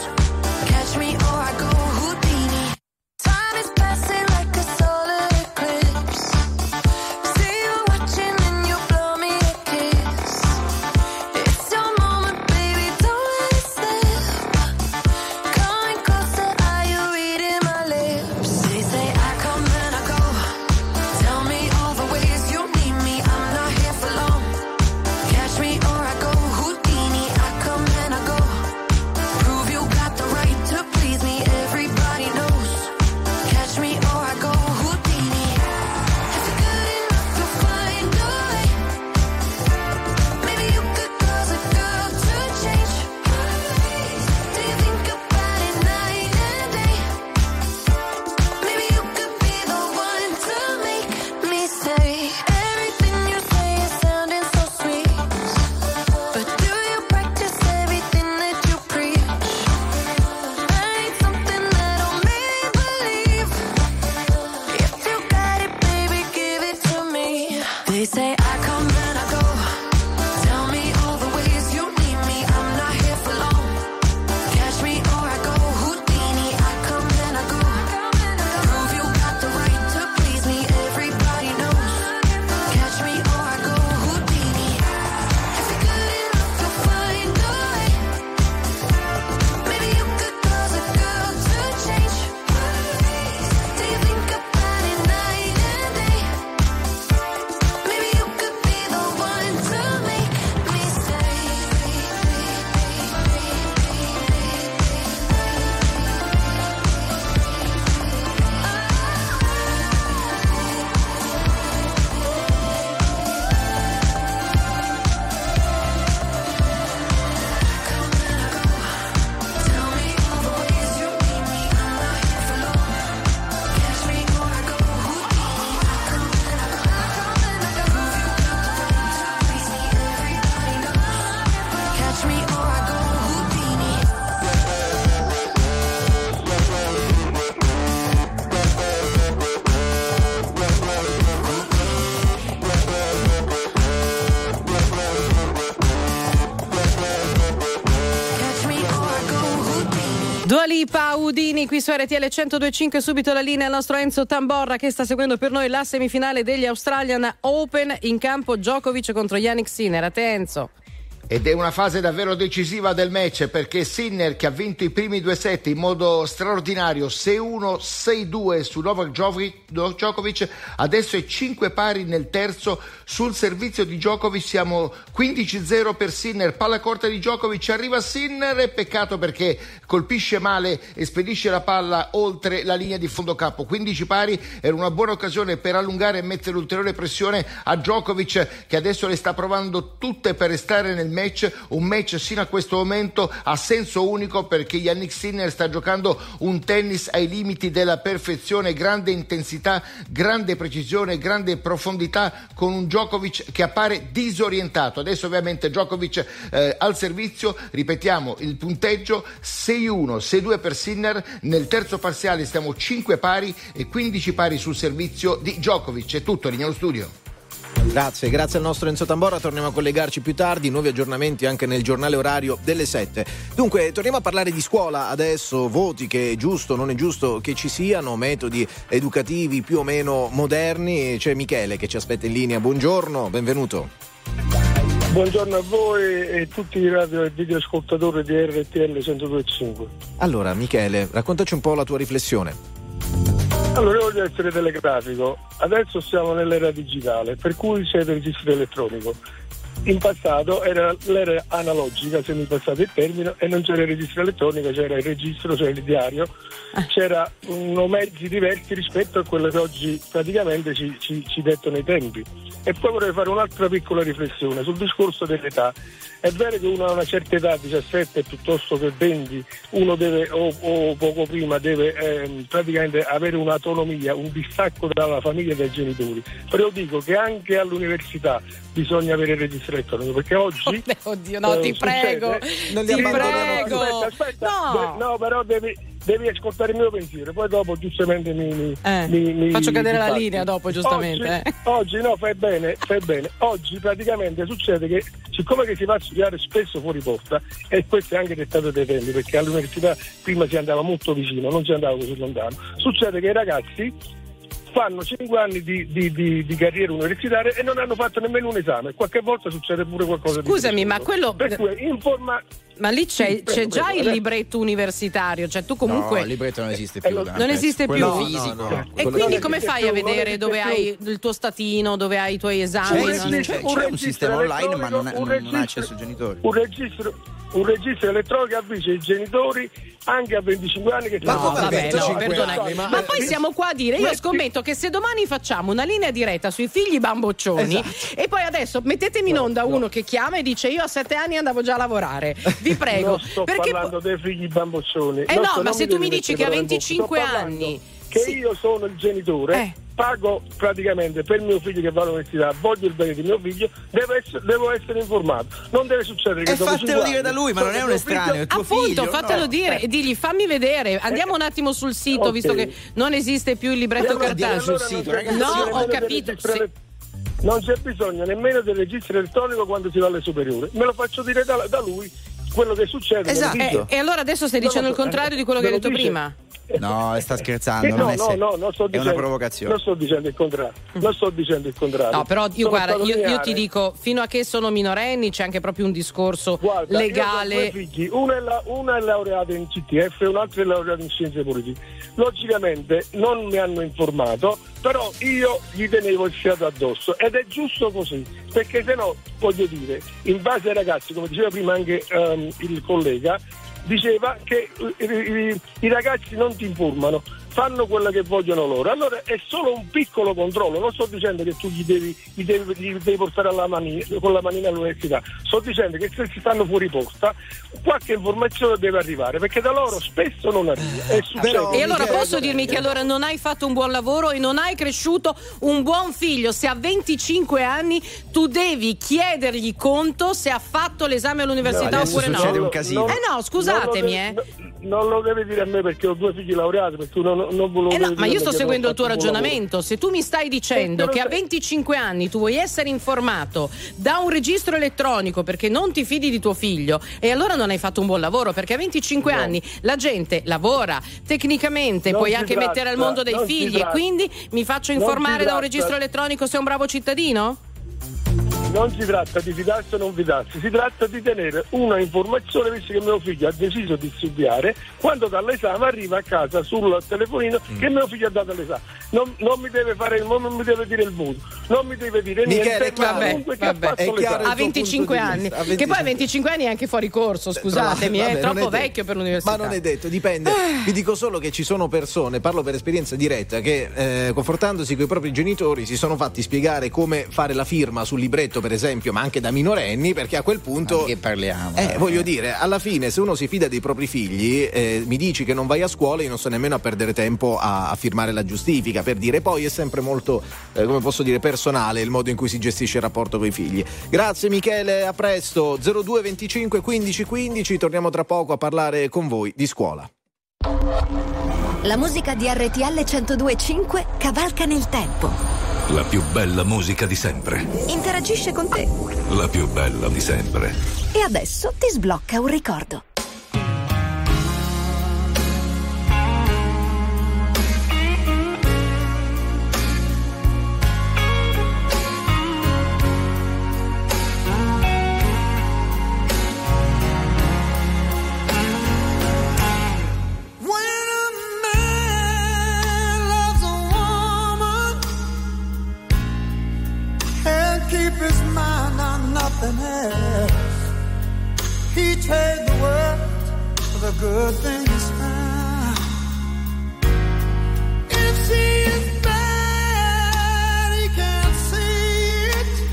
Dua Lipa, Udini qui su R T L centodue e cinque. Subito la linea al nostro Enzo Tamborra che sta seguendo per noi la semifinale degli Australian Open. In campo Djokovic contro Jannik Sinner. A te Enzo. Ed è una fase davvero decisiva del match, perché Sinner, che ha vinto i primi due set in modo straordinario, sei uno sei due su Novak Djokovic, adesso è cinque pari nel terzo. Sul servizio di Djokovic siamo quindici zero per Sinner, palla corta di Djokovic, arriva Sinner e peccato perché colpisce male e spedisce la palla oltre la linea di fondo campo. quindici pari era una buona occasione per allungare e mettere ulteriore pressione a Djokovic, che adesso le sta provando tutte per restare nel match. Un match sino a questo momento a senso unico, perché Jannik Sinner sta giocando un tennis ai limiti della perfezione, grande intensità, grande precisione, grande profondità, con un Djokovic che appare disorientato. Adesso ovviamente Djokovic eh, al servizio, ripetiamo il punteggio sei uno sei due per Sinner, nel terzo parziale stiamo cinque pari e quindici pari sul servizio di Djokovic. È tutto, linea allo studio. Grazie, grazie al nostro Enzo Tamborra, torniamo a collegarci più tardi, nuovi aggiornamenti anche nel giornale orario delle sette. Dunque, torniamo a parlare di scuola adesso, voti, che è giusto, non è giusto che ci siano, metodi educativi più o meno moderni. C'è Michele che ci aspetta in linea, buongiorno, benvenuto. Buongiorno a voi e tutti i radio e videoascoltatori di R T L centodue e cinque. Allora, Michele, raccontaci un po' la tua riflessione. Allora, io voglio essere telegrafico. Adesso siamo nell'era digitale, per cui c'è il registro elettronico. In passato era l'era analogica, se mi passate il termine, e non c'era il registro elettronico, c'era il registro, cioè il diario, c'erano mezzi diversi rispetto a quello che oggi praticamente ci, ci, ci dettano i tempi. E poi vorrei fare un'altra piccola riflessione sul discorso dell'età. È vero che uno a una certa età, diciassette piuttosto che venti, uno deve, o, o poco prima, deve eh, praticamente avere un'autonomia, un distacco dalla famiglia e dai genitori. Però io dico che anche all'università bisogna avere il registro elettronico, perché oggi... Oddio, no, eh, ti prego, non ti li prego. Aspetta, aspetta, no. De- no, però devi... Devi ascoltare il mio pensiero, poi dopo giustamente mi, mi, eh, mi, mi faccio cadere mi la fatti. linea dopo giustamente. Oggi, eh. oggi no, fai bene, fai bene. Oggi praticamente succede che siccome che si va a studiare spesso fuori porta, e questo è anche dettato dai tempi, perché all'università prima si andava molto vicino, non si andava così lontano, succede che i ragazzi fanno cinque anni di, di, di, di carriera universitaria e non hanno fatto nemmeno un esame. Qualche volta succede pure qualcosa di Scusami, ma quello... Per cui informa... Ma lì c'è, sì, c'è prego, già prego, il eh. libretto universitario, cioè tu comunque... No, il libretto non esiste più. Eh, non esiste più. Quello fisico. No, no. E Quello quindi non come esiste fai a più, non vedere esiste dove più. hai il tuo statino, dove hai i tuoi esami? C'è, non sì, è- c'è, un c'è un registro sistema online, ma non, è- elettronico, un non ha registro- accesso ai genitori. Un registro, un registro elettronico avvisa i genitori anche a venticinque anni che Ma No, come vabbè, no, venticinque perdona. anni? Ma, Ma- poi eh, siamo qua a dire, io scommetto che se domani facciamo una linea diretta sui figli bamboccioni e poi adesso mettetemi in onda uno che chiama e dice io a sette anni andavo già a lavorare, vi prego. Non sto perché parlando dei figli bamboccioni. Eh Non no, sto- ma non se tu mi devi dici mettere che a parola in bocca. Sto venticinque parlando anni che sì. io sono il genitore, Eh. pago praticamente per mio figlio che va all'università, voglio il bene di mio figlio, devo essere, devo essere informato. Non deve succedere che E dopo fatelo cinque dire anni, da lui, ma so non che è un mio estraneo, figlio- è tuo Appunto, figlio, fatelo no. dire e digli fammi vedere. Andiamo un attimo sul sito, ok. visto che non esiste più il libretto E allora- cartaceo. allora sul non sito, c'è ragazzi. No, bisogno ho nemmeno del capito, registro sì. ele- Non c'è bisogno nemmeno del registro elettronico quando si va alle superiori. Me lo faccio dire da, da lui quello che succede. me lo Esatto. dice. Eh, e allora adesso stai No, dicendo il no, contrario eh, di quello che hai me lo detto dice. prima? No, sta scherzando, Eh, non no, è no, se- no, non sto è dicendo, una provocazione. Non sto dicendo il contrario. Non sto dicendo il contrario. No, però io Sono guarda, stato io, io lineare. ti dico, fino a che sono minorenni c'è anche proprio un discorso Guarda, legale. io ho due figli, una è, la, una è laureata in C T F e un'altra è laureata in scienze politiche. Logicamente non mi hanno informato, però io gli tenevo il fiato addosso ed è giusto così, perché se no, voglio dire, in base ai ragazzi, come diceva prima anche um, il collega, diceva che i, i, i ragazzi non ti informano, fanno quello che vogliono loro. Allora è solo un piccolo controllo, non sto dicendo che tu gli devi, gli devi, gli devi portare alla mani, con la manina all'università, sto dicendo che se si stanno fuori porta qualche informazione deve arrivare, perché da loro spesso non arriva. E, Però- E allora Michele, posso dirmi che allora non hai fatto un buon lavoro e non hai cresciuto un buon figlio. Se a venticinque anni tu devi chiedergli conto se ha fatto l'esame all'università No, adesso oppure no. succede un casino. Eh no, scusatemi, eh. non lo devi dire a me perché ho due figli laureati, perché tu non, non volevo Eh no, ma io sto perché seguendo il tuo non ho fatto un buon ragionamento. Se tu mi stai dicendo Eh, che a però- venticinque anni tu vuoi essere informato da un registro elettronico perché non ti fidi di tuo figlio, e allora non hai fatto un buon lavoro, perché a venticinque No. anni la gente lavora tecnicamente, Non puoi si anche tratta, mettere al mondo dei non si figli, e tratta. quindi mi faccio Non informare si da un tratta. registro elettronico se è un bravo cittadino? Non si tratta di fidarsi o non fidarsi, si tratta di tenere una informazione, visto che mio figlio ha deciso di studiare, quando dall'esame arriva a casa sul telefonino Mm. che mio figlio ha dato l'esame. Non, non mi deve fare il non mi deve dire il voto, non mi deve dire Michele, niente, è chiaro, ma comunque che vabbè, ha fatto è chiaro l'esame. A venticinque punto di anni, vista, a che poi a venticinque venticinque anni è anche fuori corso, scusatemi, Vabbè, è non troppo detto. vecchio per l'università. Ma non è detto, dipende. Vi dico solo che ci sono persone, parlo per esperienza diretta, che eh, confrontandosi con i propri genitori si sono fatti spiegare come fare la firma sul libretto, per esempio, ma anche da minorenni, perché a quel punto Ma di che parliamo? Eh, voglio dire, alla fine, se uno si fida dei propri figli, eh, mi dici che non vai a scuola, io non sto nemmeno a perdere tempo a, a firmare la giustifica, per dire. Poi è sempre molto, eh, come posso dire, personale il modo in cui si gestisce il rapporto con i figli. Grazie Michele, a presto. zero due venticinque quindici quindici, torniamo tra poco a parlare con voi di scuola. La musica di R T L centodue e cinque cavalca nel tempo. La più bella musica di sempre. Interagisce con te. La più bella di sempre. E adesso ti sblocca un ricordo. When a man loves a woman and keep his mind on nothing else, he trade the world for the good things found. If she is bad, he can't see it.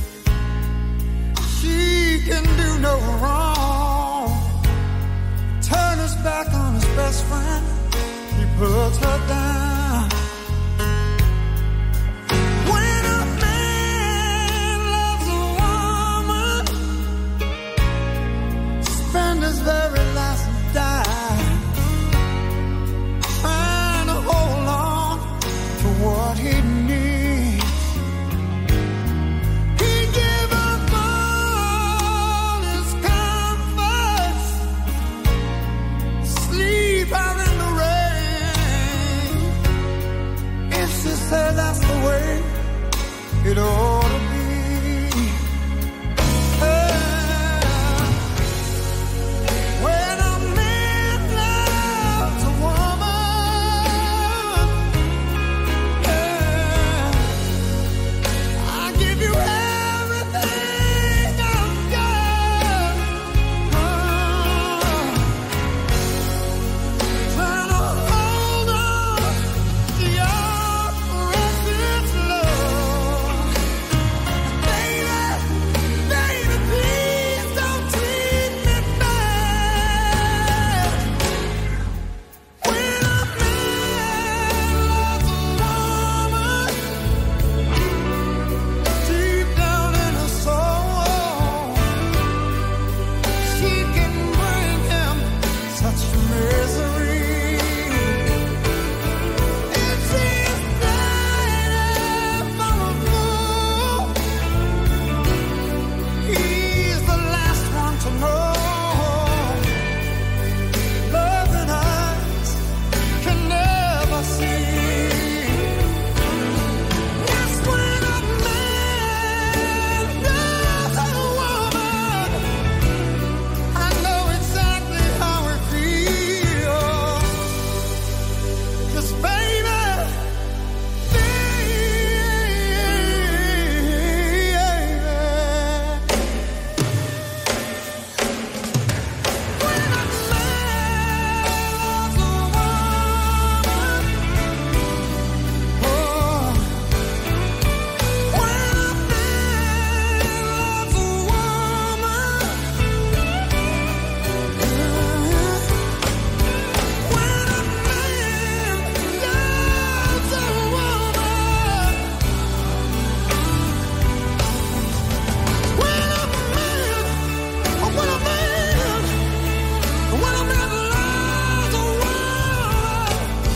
She can do no wrong. Turn his back on his best friend, he puts her down. When a man loves a woman, spend his very last dime trying to hold on to what he needs. He give up all his comforts, sleep out in the rain,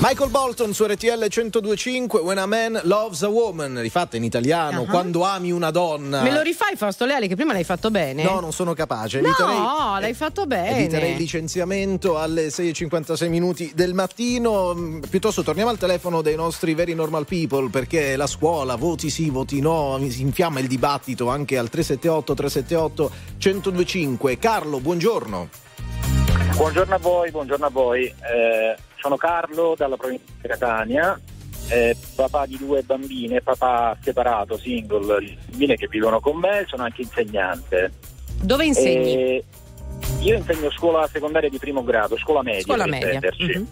Michael Bolton su R T L centodue e cinque, When a Man Loves a Woman, rifatta in italiano, uh-huh. Quando ami una donna. Me lo rifai, Fausto Leali, che prima l'hai fatto bene? No, non sono capace. No, eviterei, l'hai fatto bene. Eviterei il licenziamento alle sei e cinquantasei minuti del mattino. Piuttosto torniamo al telefono dei nostri very normal people, perché la scuola, voti sì, voti no, si infiamma il dibattito anche al tre sette otto tre sette otto centodue e cinque. Carlo, buongiorno. Buongiorno a voi, buongiorno a voi. Eh, sono Carlo dalla provincia di Catania, eh, papà di due bambine, papà separato, single, le bambine che vivono con me, sono anche insegnante. Dove insegni? Eh, io insegno scuola secondaria di primo grado, scuola media. Scuola media. Mm-hmm.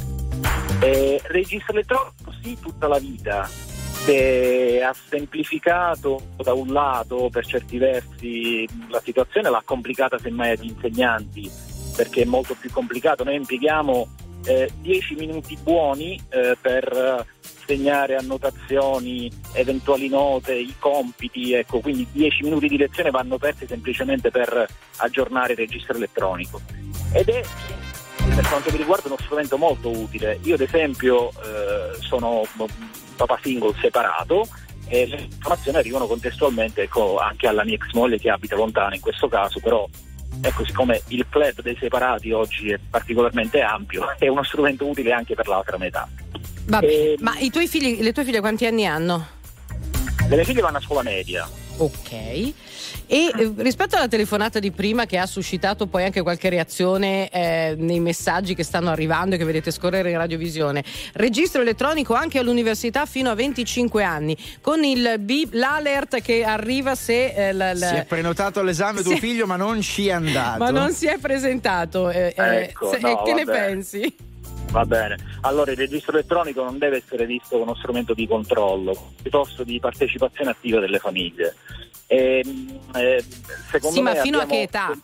Eh, registro elettronico sì, tutta la vita. Eh, ha semplificato da un lato per certi versi la situazione, l'ha complicata semmai agli insegnanti, perché è molto più complicato. Noi impieghiamo eh, dieci minuti buoni eh, per segnare annotazioni, eventuali note, i compiti, ecco, quindi dieci minuti di lezione vanno persi semplicemente per aggiornare il registro elettronico, ed è, per quanto mi riguarda, uno strumento molto utile. Io ad esempio eh, sono papà single separato e le informazioni arrivano contestualmente, ecco, anche alla mia ex moglie che abita lontano in questo caso, però ecco, siccome il club dei separati oggi è particolarmente ampio, è uno strumento utile anche per l'altra metà. Vabbè, e, ma i tuoi figli, le tue figlie quanti anni hanno? Le mie figlie vanno a scuola media. Ok. E eh, rispetto alla telefonata di prima, che ha suscitato poi anche qualche reazione eh, nei messaggi che stanno arrivando e che vedete scorrere in radiovisione, registro elettronico anche all'università fino a venticinque anni, con il beep, l'alert che arriva se eh, la, la... si è prenotato all'esame tuo figlio ma non ci è andato, ma non si è presentato, eh, ecco, eh, se, no, che ne bene. pensi? Va bene, allora il registro elettronico non deve essere visto come uno strumento di controllo, piuttosto di partecipazione attiva delle famiglie. E, eh, secondo sì, me ma fino abbiamo... a che età?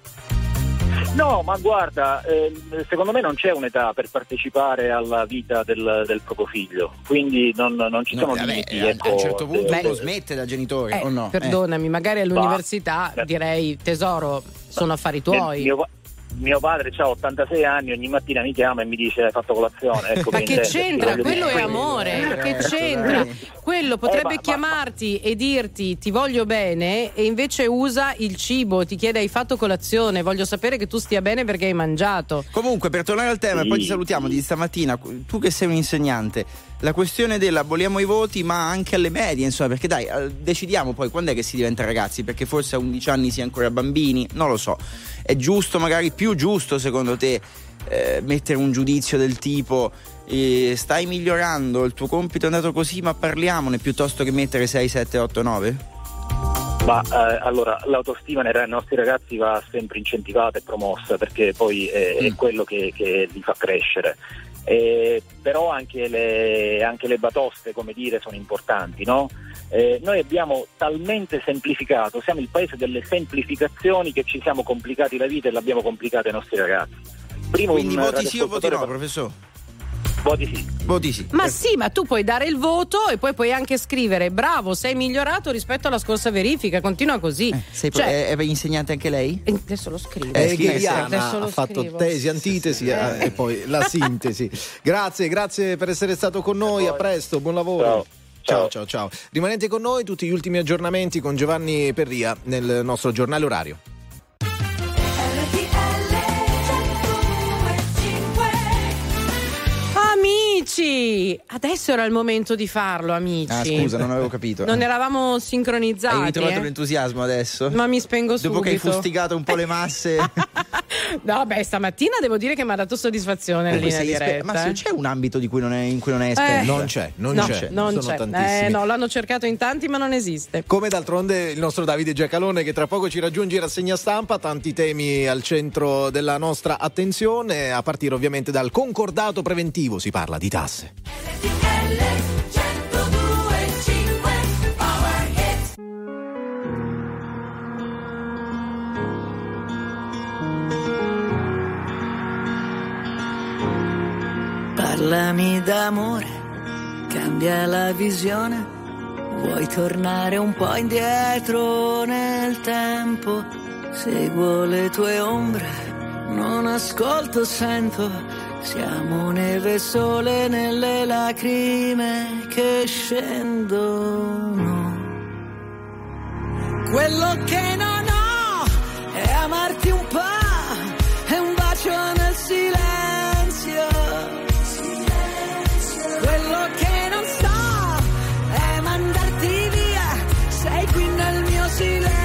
No, ma guarda, eh, secondo me non c'è un'età per partecipare alla vita del, del proprio figlio, quindi non, non ci no, sono vabbè, limiti. a, ecco, a un certo punto eh, uno smette da genitore, Eh, o no? perdonami, Eh. magari all'università Va. direi tesoro, sono affari tuoi. Mio, mio, mio padre ha ottantasei anni, ogni mattina mi chiama e mi dice hai fatto colazione. Ecco, ma per che intenderci, c'entra? voglio Quello dire. è amore, Eh, che certo, c'entra? dai. Quello potrebbe Eh, ma- chiamarti e dirti ti voglio bene, e invece usa il cibo, ti chiede hai fatto colazione, voglio sapere che tu stia bene perché hai mangiato. Comunque, per tornare al tema, Sì, poi ti salutiamo sì. di stamattina, tu che sei un insegnante, la questione dell'aboliamo i voti, ma anche alle medie, insomma, perché dai, eh, decidiamo poi quando è che si diventa ragazzi, perché forse a undici anni si è ancora bambini, non lo so. È giusto, magari più giusto secondo te, eh, mettere un giudizio del tipo eh, stai migliorando, il tuo compito è andato così, ma parliamone, piuttosto che mettere sei, sette, otto, nove? Ma eh, allora l'autostima nei nostri ragazzi va sempre incentivata e promossa, perché poi è, Mm. è quello che, che li fa crescere. Eh, però anche le, anche le batoste, come dire, sono importanti, no? Eh, noi abbiamo talmente semplificato, siamo il paese delle semplificazioni, che ci siamo complicati la vita e l'abbiamo complicata ai nostri ragazzi. Primo Quindi un voti sì o voti no, radioascoltatore- professore? Voti sì. Voti sì. Ma sì, ma tu puoi dare il voto e poi puoi anche scrivere bravo, sei migliorato rispetto alla scorsa verifica, continua così. Eh, sei pro- Cioè, è, è insegnante anche lei? eh, adesso lo scrivo. Eh, Eh, scrive, Gheriana adesso lo ha fatto scrivo. tesi, antitesi eh, e poi la sintesi. Grazie, grazie per essere stato con noi, a presto, buon lavoro. Ciao. Ciao, ciao, ciao. Rimanete con noi, tutti gli ultimi aggiornamenti con Giovanni Perria nel nostro giornale orario. Amici, adesso era il momento di farlo, amici. Ah, scusa, non avevo capito. Non eravamo sincronizzati. Hai ritrovato eh? l'entusiasmo adesso? Ma mi spengo subito. Dopo che hai fustigato un po' le masse. No, beh, stamattina devo dire che mi ha dato soddisfazione in Comunque linea sei esper- diretta. ma se eh. c'è un ambito di cui non è, in cui non è esperto? Eh. Non c'è, non no, c'è, non sono c'è. tantissimi. Eh, no, l'hanno cercato in tanti, ma non esiste. Come d'altronde il nostro Davide Giacalone, che tra poco ci raggiunge in rassegna stampa, tanti temi al centro della nostra attenzione, a partire ovviamente dal concordato preventivo, si parla di tasse. Parlami d'amore, cambia la visione, vuoi tornare un po' indietro nel tempo, seguo le tue ombre, non ascolto, sento, Siamo neve e sole nelle lacrime che scendono. Quello che non ho è amarti un po', è un bacio nel silenzio. Quello che non so è mandarti via, sei qui nel mio silenzio.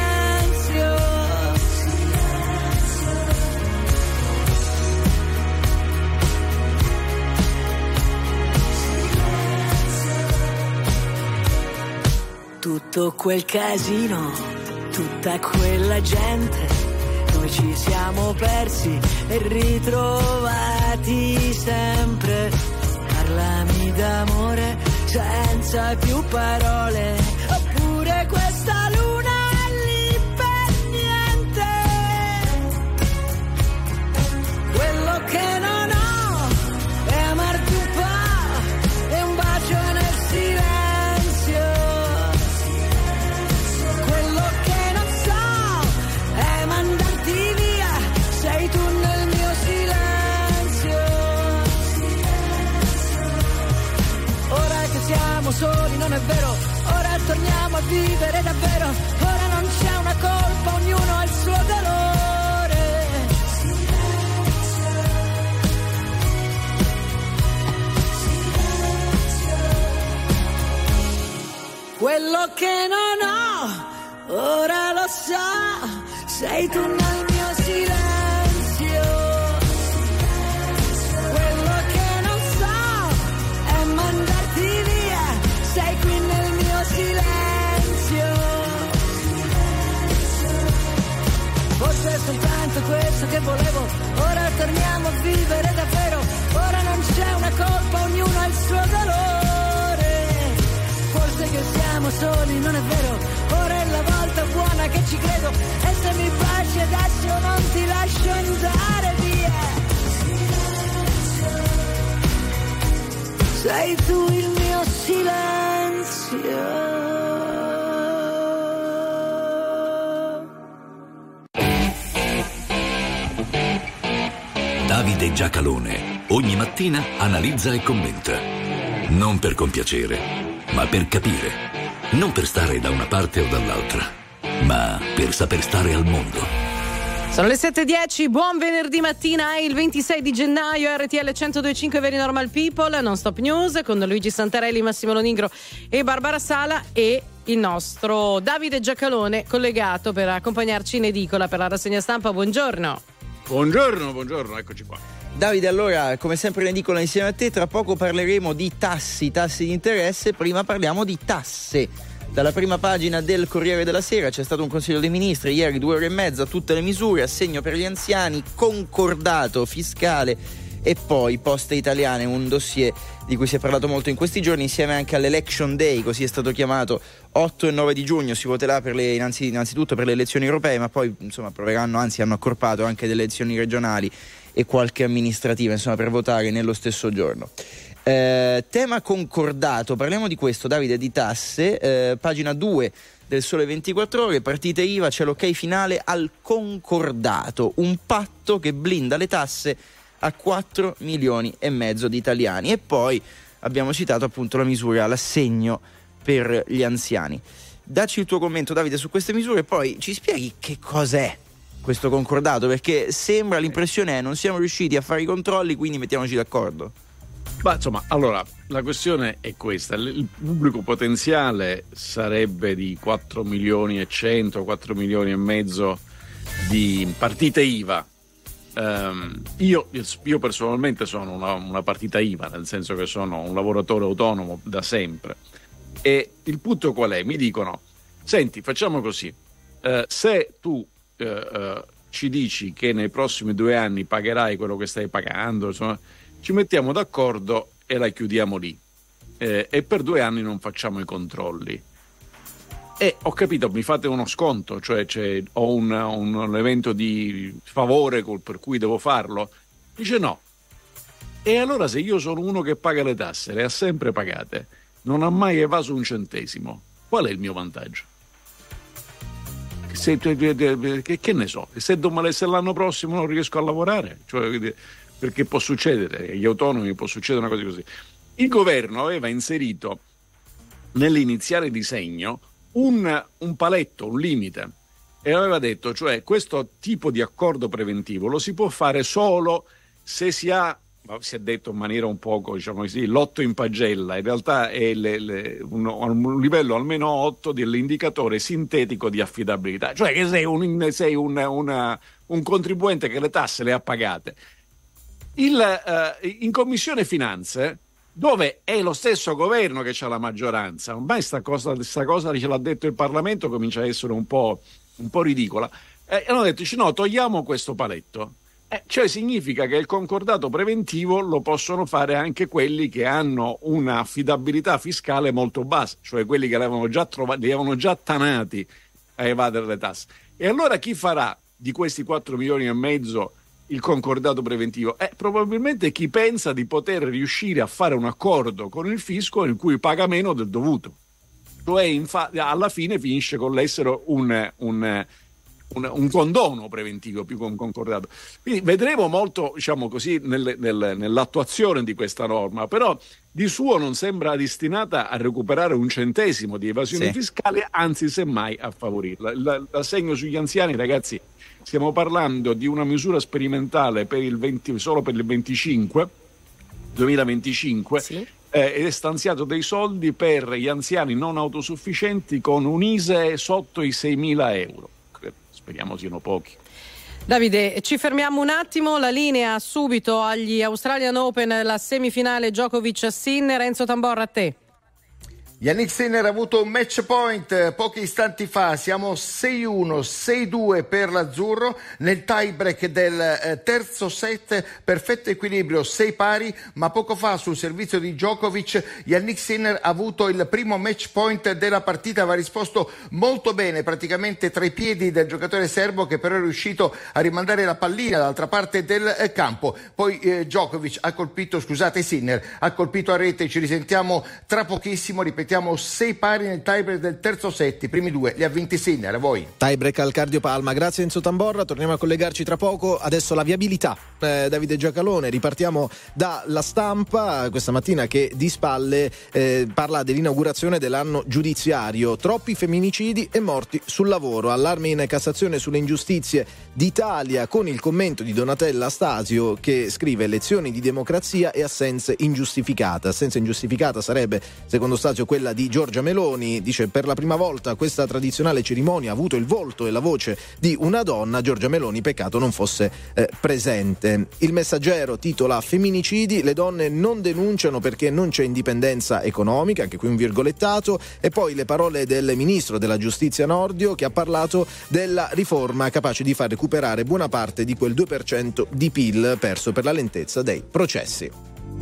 Tutto quel casino, tutta quella gente, noi ci siamo persi e ritrovati sempre. Parlami d'amore senza più parole, oppure questa luna è lì per niente. Quello che non ho è amarti un po', è un bacio nel silenzio. Quello che non so è mandarti via, sei tu nel mio silenzio. Ora che siamo soli non è vero, ora torniamo a vivere davvero, ora non c'è una colpa, ognuno ha il suo dolore. Quello che non ho, ora lo so, sei tu nel mio silenzio. Quello che non so è mandarti via, sei qui nel mio silenzio. Forse è soltanto questo che volevo, ora torniamo a vivere davvero, ora non c'è una colpa, ognuno ha il suo dolore. Forse che siamo soli, non è vero, ora è la volta buona che ci credo, e se mi baci adesso non ti lascio andare via. Sei tu il mio silenzio. Davide Giacalone ogni mattina analizza e commenta, non per compiacere, ma per capire, non per stare da una parte o dall'altra, ma per saper stare al mondo. Sono le sette e dieci, buon venerdì mattina, è il ventisei di gennaio, R T L centodue e cinque Very Normal People, Non Stop News con Luigi Santarelli, Massimo Lonigro e Barbara Sala, e il nostro Davide Giacalone collegato per accompagnarci in edicola per la rassegna stampa. Buongiorno. Buongiorno, buongiorno, eccoci qua. Davide, allora, come sempre in edicola insieme a te, tra poco parleremo di tassi, tassi di interesse, prima parliamo di tasse. Dalla prima pagina del Corriere della Sera c'è stato un Consiglio dei Ministri, ieri due ore e mezza, tutte le misure, assegno per gli anziani, concordato fiscale e poi Poste Italiane, un dossier di cui si è parlato molto in questi giorni, insieme anche all'Election Day, così è stato chiamato. Otto e nove di giugno si voterà per le, innanzi, innanzitutto per le elezioni europee, ma poi insomma proveranno, anzi hanno accorpato anche delle elezioni regionali e qualche amministrativa, insomma, per votare nello stesso giorno. Eh, tema concordato, parliamo di questo, Davide, di tasse, eh, pagina due del Sole ventiquattro Ore, partite I V A, c'è l'ok finale al concordato, un patto che blinda le tasse a quattro milioni e mezzo di italiani. E poi abbiamo citato appunto la misura, l'assegno per gli anziani. Dacci il tuo commento, Davide, su queste misure, poi ci spieghi che cos'è questo concordato, perché sembra, l'impressione è non siamo riusciti a fare i controlli, quindi mettiamoci d'accordo. Ma insomma, allora, la questione è questa: il pubblico potenziale sarebbe di quattro milioni e cento, quattro milioni e mezzo di partite I V A. Um, io, io personalmente sono una, una partita I V A, nel senso che sono un lavoratore autonomo da sempre, e il punto qual è? Mi dicono: senti, facciamo così, uh, se tu uh, uh, ci dici che nei prossimi due anni pagherai quello che stai pagando, insomma, ci mettiamo d'accordo e la chiudiamo lì, eh, e per due anni non facciamo i controlli. E ho capito, mi fate uno sconto, cioè, cioè ho un, un evento di favore col, per cui devo farlo? Dice no. E allora, se io sono uno che paga le tasse, le ha sempre pagate, non ha mai evaso un centesimo, qual è il mio vantaggio? Se, che, che ne so, se, domani, se l'anno prossimo non riesco a lavorare, cioè, perché può succedere, agli autonomi può succedere una cosa così. Il governo aveva inserito nell'iniziale disegno un, un paletto, un limite, e aveva detto, cioè questo tipo di accordo preventivo lo si può fare solo se si ha, si è detto in maniera un poco, diciamo così, l'otto in pagella, in realtà è le, le, un, un livello almeno otto dell'indicatore sintetico di affidabilità, cioè che sei un, sei un, una, un contribuente che le tasse le ha pagate. Il, uh, in Commissione Finanze, dove è lo stesso governo che ha la maggioranza, ormai sta cosa, sta cosa ce l'ha detto il Parlamento, comincia a essere un po', un po' ridicola, e hanno detto no, togliamo questo paletto. Eh, cioè significa che il concordato preventivo lo possono fare anche quelli che hanno una affidabilità fiscale molto bassa, cioè quelli che li avevano già trovati, li avevano già tanati a evadere le tasse. E allora chi farà di questi quattro milioni e mezzo il concordato preventivo? Eh, probabilmente chi pensa di poter riuscire a fare un accordo con il fisco in cui paga meno del dovuto. Cioè, infa- alla fine finisce con l'essere un, un, un, un condono preventivo più che un concordato. Quindi vedremo molto, diciamo così, nel, nel, nell'attuazione di questa norma, però di suo non sembra destinata a recuperare un centesimo di evasione sì. fiscale, anzi semmai a favorirla. L- l'assegno sugli anziani, ragazzi, stiamo parlando di una misura sperimentale per il venti, solo per il venticinque, duemilaventicinque, sì. eh, ed è stanziato dei soldi per gli anziani non autosufficienti con un I S E E sotto i seimila euro. Speriamo siano pochi. Davide, ci fermiamo un attimo, la linea subito agli Australian Open, la semifinale Djokovic-Sinner. Enzo Tamborra, a te. Yannick Sinner ha avuto un match point pochi istanti fa, siamo sei uno, sei due per l'azzurro, nel tie break del eh, terzo set, perfetto equilibrio, sei pari, ma poco fa sul servizio di Djokovic Yannick Sinner ha avuto il primo match point della partita, aveva risposto molto bene, praticamente tra i piedi del giocatore serbo, che però è riuscito a rimandare la pallina dall'altra parte del eh, campo. Poi eh, Djokovic ha colpito, scusate Sinner, ha colpito a rete, ci risentiamo tra pochissimo, ripetiamo sei pari nel tiebreak del terzo set, i primi due li ha vinti Sinner. A voi. Tiebreak al Cardiopalma, grazie Enzo Tamborra, torniamo a collegarci tra poco. Adesso la viabilità, eh, Davide Giacalone, ripartiamo dalla Stampa questa mattina che di spalle eh, parla dell'inaugurazione dell'anno giudiziario, troppi femminicidi e morti sul lavoro, allarme in Cassazione sulle ingiustizie d'Italia, con il commento di Donatella Stasio che scrive lezioni di democrazia e assenza ingiustificata. Assenza ingiustificata sarebbe, secondo Stasio, quella di Giorgia Meloni. Dice: per la prima volta questa tradizionale cerimonia ha avuto il volto e la voce di una donna. Giorgia Meloni, peccato non fosse eh, presente. Il Messaggero titola: femminicidi, le donne non denunciano perché non c'è indipendenza economica, anche qui un virgolettato, e poi le parole del ministro della giustizia Nordio, che ha parlato della riforma capace di far recuperare buona parte di quel due per cento di P I L perso per la lentezza dei processi.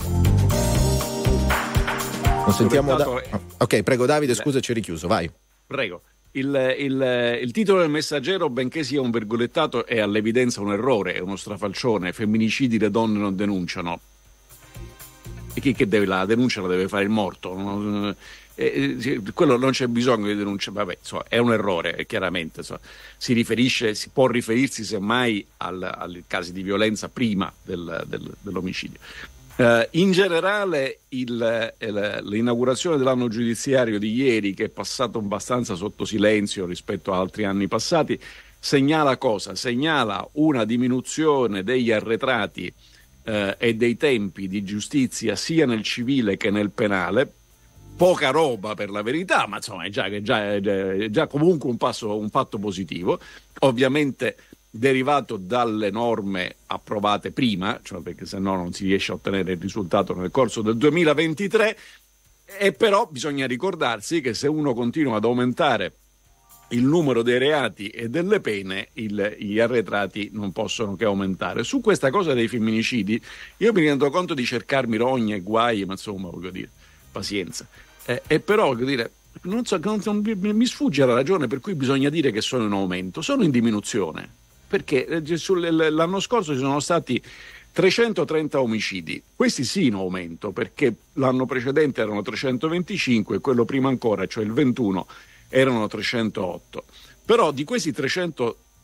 Lo sentiamo da... Ok, prego Davide, scusa, ci ho richiuso, vai. Prego. Il, il, il titolo del Messaggero, benché sia un virgolettato, è all'evidenza un errore, è uno strafalcione. Femminicidi, le donne non denunciano. E chi che deve la denuncia la deve fare il morto. Non, eh, quello non c'è bisogno di denuncia, vabbè, insomma, è un errore, chiaramente. Insomma. Si riferisce, si può riferirsi semmai al, ai casi di violenza prima del, del, dell'omicidio. Uh, in generale il, il, l'inaugurazione dell'anno giudiziario di ieri, che è passato abbastanza sotto silenzio rispetto a altri anni passati, segnala cosa? Segnala una diminuzione degli arretrati uh, e dei tempi di giustizia sia nel civile che nel penale. Poca roba per la verità, ma insomma è già, è già, è già comunque un passo, un fatto positivo, ovviamente derivato dalle norme approvate prima, cioè perché se no non si riesce a ottenere il risultato nel corso del duemilaventitré, e però bisogna ricordarsi che se uno continua ad aumentare il numero dei reati e delle pene, il, gli arretrati non possono che aumentare. Su questa cosa dei femminicidi io mi rendo conto di cercarmi rogne e guai, ma insomma voglio dire, pazienza. Eh, e però voglio dire, non so, non, non, mi sfugge la ragione per cui bisogna dire che sono in aumento, sono in diminuzione. Perché l'anno scorso ci sono stati trecentotrenta omicidi, questi sì in aumento, perché l'anno precedente erano trecentoventicinque e quello prima ancora, cioè il ventuno, erano trecentootto. Però di questi trecentotrenta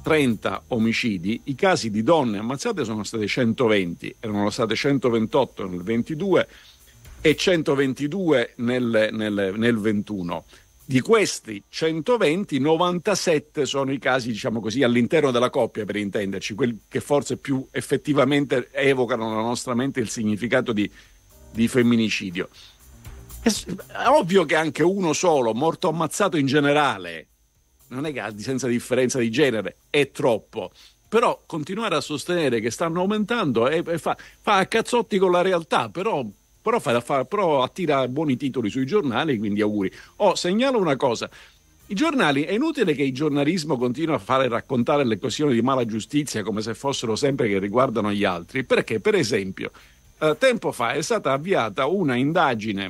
trenta omicidi, i casi di donne ammazzate sono stati centoventi, erano state centoventotto nel ventidue e centoventidue nel, nel, nel ventuno. Di questi centoventi, novantasette sono i casi, diciamo così, all'interno della coppia, per intenderci, quelli che forse più effettivamente evocano nella nostra mente il significato di, di femminicidio. È ovvio che anche uno solo, morto o ammazzato in generale, non è che senza differenza di genere, è troppo. Però continuare a sostenere che stanno aumentando è, è fa, fa a cazzotti con la realtà, però... Però, fa, fa, però attira buoni titoli sui giornali, quindi auguri. Oh, segnalo una cosa. I giornali, è inutile che il giornalismo continui a fare raccontare le questioni di mala giustizia come se fossero sempre che riguardano gli altri, perché, per esempio, eh, tempo fa è stata avviata una indagine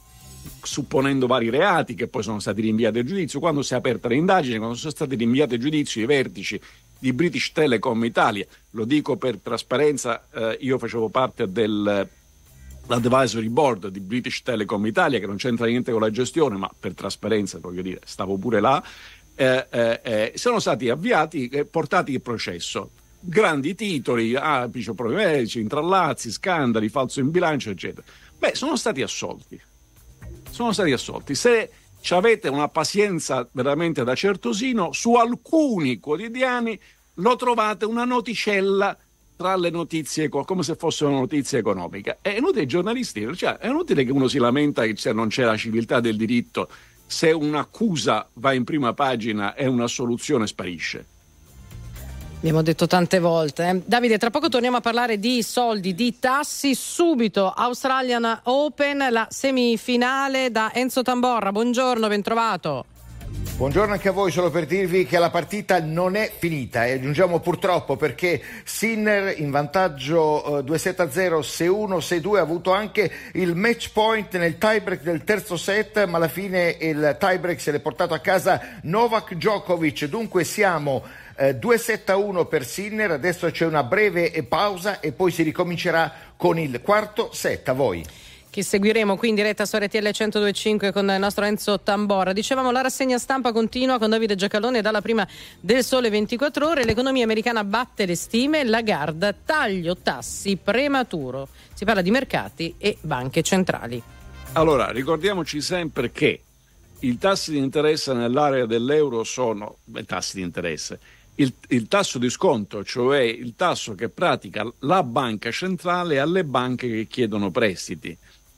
supponendo vari reati che poi sono stati rinviati a giudizio. Quando si è aperta l'indagine, quando sono stati rinviati a giudizio i vertici di British Telecom Italia, lo dico per trasparenza, eh, io facevo parte del... l'advisory board di British Telecom Italia, che non c'entra niente con la gestione, ma per trasparenza, voglio dire, stavo pure là, eh, eh, eh, sono stati avviati e portati in processo. Grandi titoli, ah, problemi medici, intrallazzi, scandali, falso in bilancio, eccetera. Beh, sono stati assolti. Sono stati assolti. Se ci avete una pazienza veramente da certosino, su alcuni quotidiani lo trovate una noticella tra le notizie, come se fosse una notizia economica. È inutile, i giornalisti, cioè, è inutile che uno si lamenta che non c'è la civiltà del diritto se un'accusa va in prima pagina e una soluzione sparisce. Abbiamo detto tante volte. Eh. Davide, tra poco torniamo a parlare di soldi, di tassi. Subito Australian Open, la semifinale da Enzo Tamborra. Buongiorno, ben trovato. Buongiorno anche a voi, solo per dirvi che la partita non è finita e aggiungiamo purtroppo, perché Sinner in vantaggio eh, due sette a zero, sei uno sei due, ha avuto anche il match point nel tiebreak del terzo set, ma alla fine il tiebreak se l'è portato a casa Novak Djokovic. Dunque siamo eh, due sette a uno per Sinner, adesso c'è una breve pausa e poi si ricomincerà con il quarto set. A voi. Che seguiremo qui in diretta su R T L centodue e cinque con il nostro Enzo Tamborra. Dicevamo, la rassegna stampa continua con Davide Giacalone dalla prima del Sole ventiquattro Ore. L'economia americana batte le stime, Lagarde, taglio tassi prematuro. Si parla di mercati e banche centrali. Allora, ricordiamoci sempre che i tassi di interesse nell'area dell'euro sono i tassi di interesse. Il, il tasso di sconto, cioè il tasso che pratica la banca centrale alle banche che chiedono prestiti,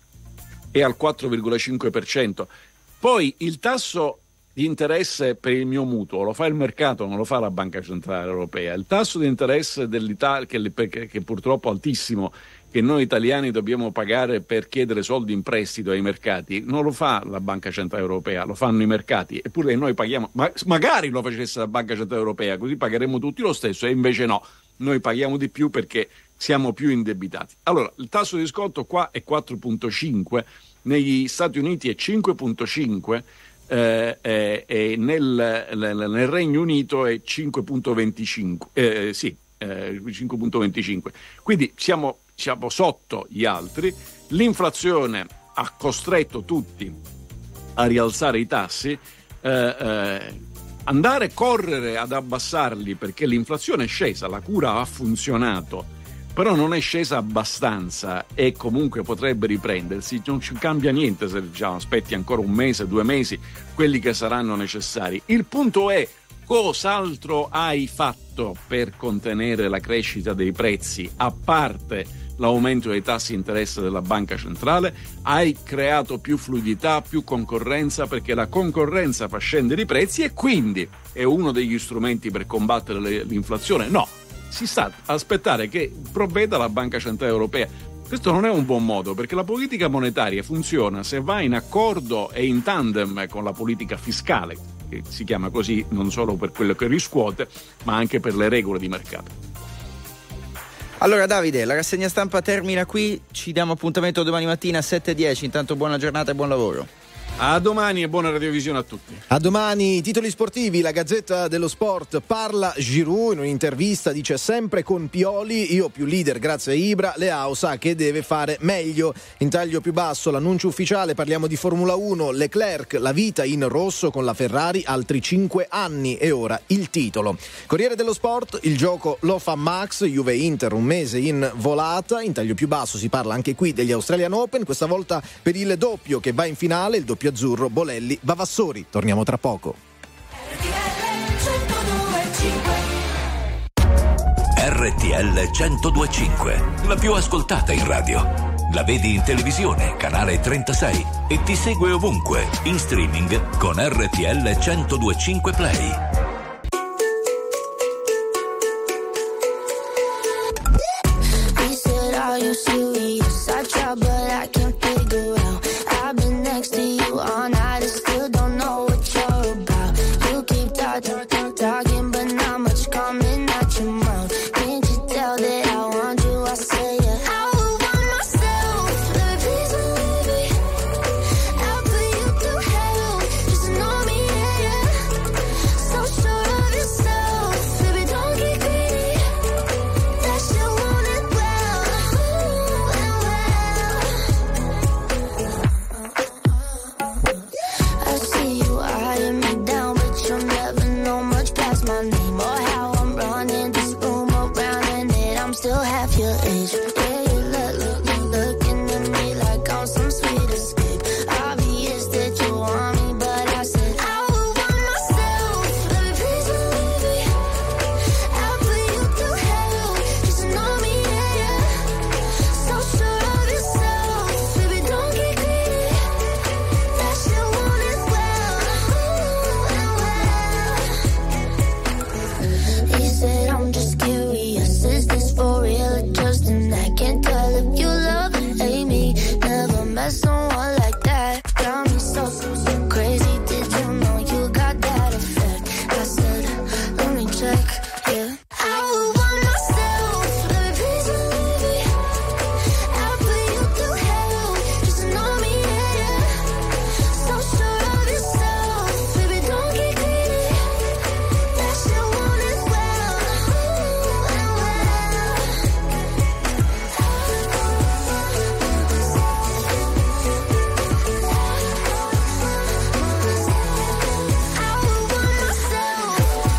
è al quattro virgola cinque per cento. Poi il tasso di interesse per il mio mutuo lo fa il mercato, non lo fa la Banca Centrale Europea. Il tasso di interesse dell'Italia, che, che, che purtroppo è altissimo, che noi italiani dobbiamo pagare per chiedere soldi in prestito ai mercati, non lo fa la Banca Centrale Europea, lo fanno i mercati, eppure noi paghiamo, ma magari lo facesse la Banca Centrale Europea, così pagheremmo tutti lo stesso, e invece no, noi paghiamo di più perché siamo più indebitati. Allora, il tasso di sconto qua è quattro virgola cinque, negli Stati Uniti è cinque virgola cinque, eh, eh, e nel, nel, nel Regno Unito è cinque virgola venticinque, eh, sì, eh, cinque virgola venticinque, quindi siamo, siamo sotto gli altri. L'inflazione ha costretto tutti a rialzare i tassi, eh, eh, andare, correre ad abbassarli perché l'inflazione è scesa, la cura ha funzionato, però non è scesa abbastanza e comunque potrebbe riprendersi. Non ci cambia niente se diciamo aspetti ancora un mese, due mesi, quelli che saranno necessari. Il punto è: cos'altro hai fatto per contenere la crescita dei prezzi, a parte l'aumento dei tassi di interesse della banca centrale? Hai creato più fluidità, più concorrenza, perché la concorrenza fa scendere i prezzi e quindi è uno degli strumenti per combattere l'inflazione? No, si sta a aspettare che provveda la Banca Centrale Europea. Questo non è un buon modo, perché la politica monetaria funziona se va in accordo e in tandem con la politica fiscale, che si chiama così non solo per quello che riscuote, ma anche per le regole di mercato. Allora Davide, la rassegna stampa termina qui, ci diamo appuntamento domani mattina a sette e dieci, intanto buona giornata e buon lavoro. A domani e buona radiovisione a tutti. A domani, titoli sportivi, la Gazzetta dello Sport parla Giroud in un'intervista, dice sempre con Pioli, io più leader grazie a Ibra, Leao sa che deve fare meglio. In taglio più basso l'annuncio ufficiale, parliamo di Formula uno, Leclerc, la vita in rosso con la Ferrari, altri cinque anni e ora il titolo. Corriere dello Sport, il gioco lo fa Max, Juve Inter un mese in volata. In taglio più basso si parla anche qui degli Australian Open, questa volta per il doppio che va in finale, il doppio azzurro Bolelli Vavassori. Torniamo tra poco. R T L centodue e cinque, la più ascoltata in radio. La vedi in televisione, canale trentasei, e ti segue ovunque, in streaming con R T L centodue e cinque Play. All night, I still don't know what you're about. You keep talking, talking, but not much coming out your mouth. Can't you tell that I want you? I say yeah. I would want myself. Let me please believe me. I'll put you through hell. Just know me, yeah, yeah. So sure of yourself, baby, don't get greedy. That you want it well, well, well. I see you eyeing me down, but you'll never know much past my name or how I'm running this room around and that I'm still half your age. Yeah, you look, look, look, looking at me like I'm some sweet escape. Obvious that you want me, but I said I would want myself. Let me please believe me. I'll put you through hell. Just know me, yeah, yeah. So sure of yourself, baby, don't get greedy. That you want it well, well, well. He said I'm just curious, is this for real or just an act? Can't tell if you love or hate me. Never met someone like that. Got me so, so, so crazy. Did you know you got that effect? I said, let me check, yeah. I would want myself. Let me please believe me. I'll put you through hell. Just know me, yeah, yeah. So sure of yourself, baby, don't get greedy. That you want it well, well, well. I would want myself.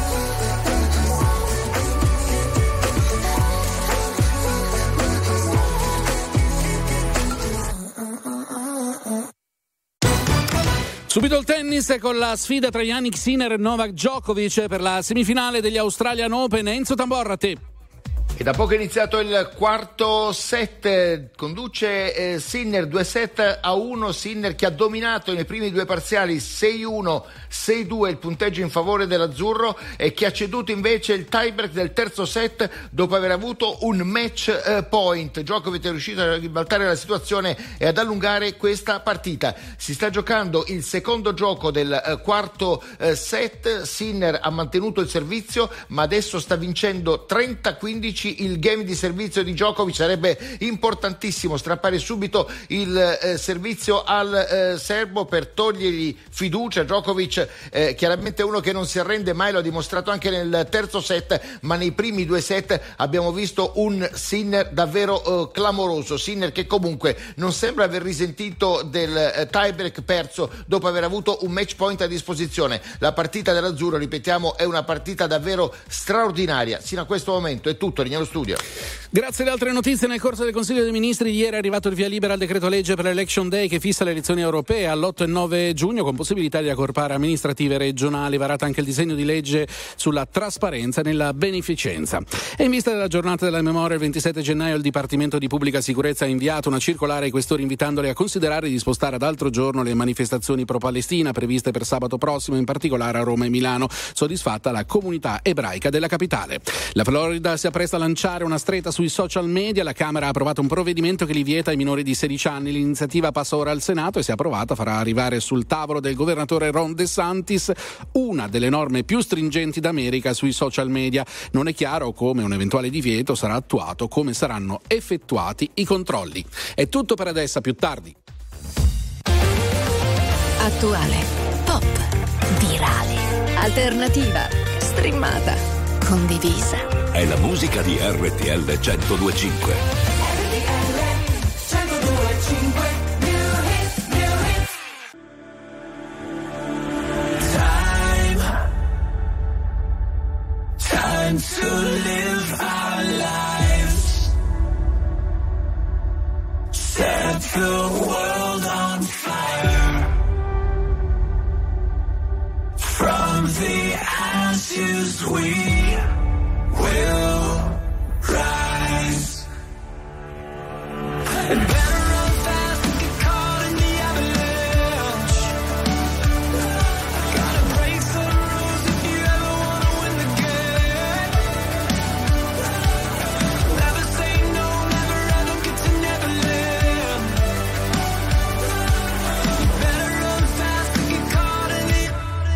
Subito il tennis con la sfida tra Jannik Sinner e Novak Djokovic per la semifinale degli Australian Open. Enzo Tamborra, a te. E da poco è iniziato il quarto set, conduce eh, Sinner due set a uno, Sinner che ha dominato nei primi due parziali sei uno, sei due il punteggio in favore dell'azzurro e che ha ceduto invece il tiebreak del terzo set dopo aver avuto un match eh, point. Djokovic è riuscito a ribaltare la situazione e ad allungare questa partita. Si sta giocando il secondo gioco del eh, quarto eh, set, Sinner ha mantenuto il servizio ma adesso sta vincendo trenta a quindici il game di servizio di Djokovic. Sarebbe importantissimo strappare subito il eh, servizio al eh, serbo per togliergli fiducia. Djokovic eh, chiaramente è uno che non si arrende mai, lo ha dimostrato anche nel terzo set, ma nei primi due set abbiamo visto un Sinner davvero eh, clamoroso. Sinner che comunque non sembra aver risentito del eh, tiebreak perso dopo aver avuto un match point a disposizione. La partita dell'azzurro, ripetiamo, è una partita davvero straordinaria. Sino a questo momento è tutto. Allo studio. Grazie alle altre notizie. Nel corso del Consiglio dei Ministri di ieri è arrivato il via libera al decreto legge per l'Election Day che fissa le elezioni europee all'otto e nove giugno con possibilità di accorpare amministrative regionali. Varato anche il disegno di legge sulla trasparenza nella beneficenza. E in vista della giornata della memoria il ventisette gennaio il Dipartimento di Pubblica Sicurezza ha inviato una circolare ai questori invitandoli a considerare di spostare ad altro giorno le manifestazioni pro-Palestina previste per sabato prossimo, in particolare a Roma e Milano, soddisfatta la comunità ebraica della capitale. La Florida si appresta a lanciare una stretta sui social media. La Camera ha approvato un provvedimento che li vieta ai minori di sedici anni. L'iniziativa passa ora al Senato e, se approvata, farà arrivare sul tavolo del governatore Ron DeSantis una delle norme più stringenti d'America sui social media. Non è chiaro come un eventuale divieto sarà attuato, come saranno effettuati i controlli. È tutto per adesso, a più tardi. attuale, pop, virale, alternativa, streamata, condivisa. È la musica di R T L centodue e cinque. Time to live our lives. Set the world on fire. From the ashes we will rise. And better run fast than get caught in the avalanche. Gotta break some rules if you ever wanna win the game. Never say no, never ever get to Neverland. You better run fast than get caught in the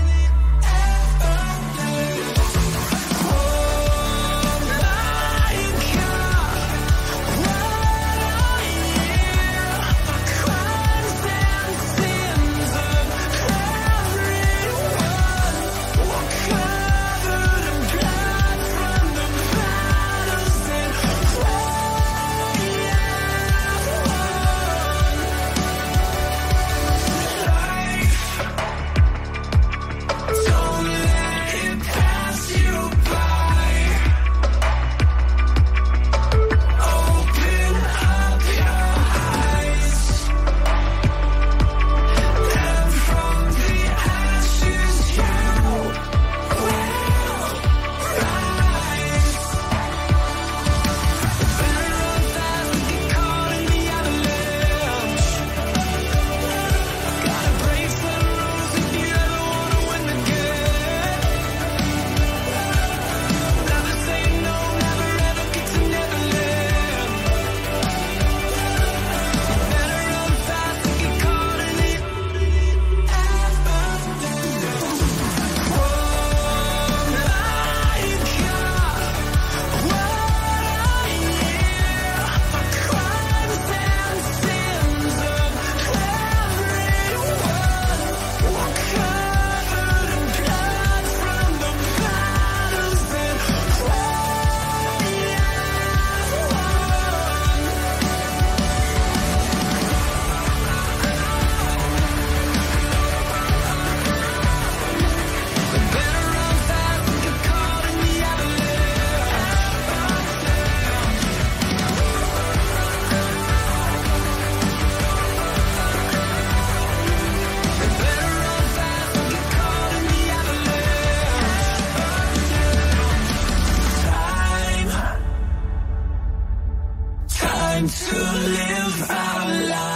to live our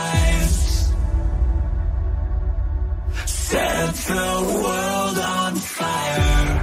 lives. Set the world on fire.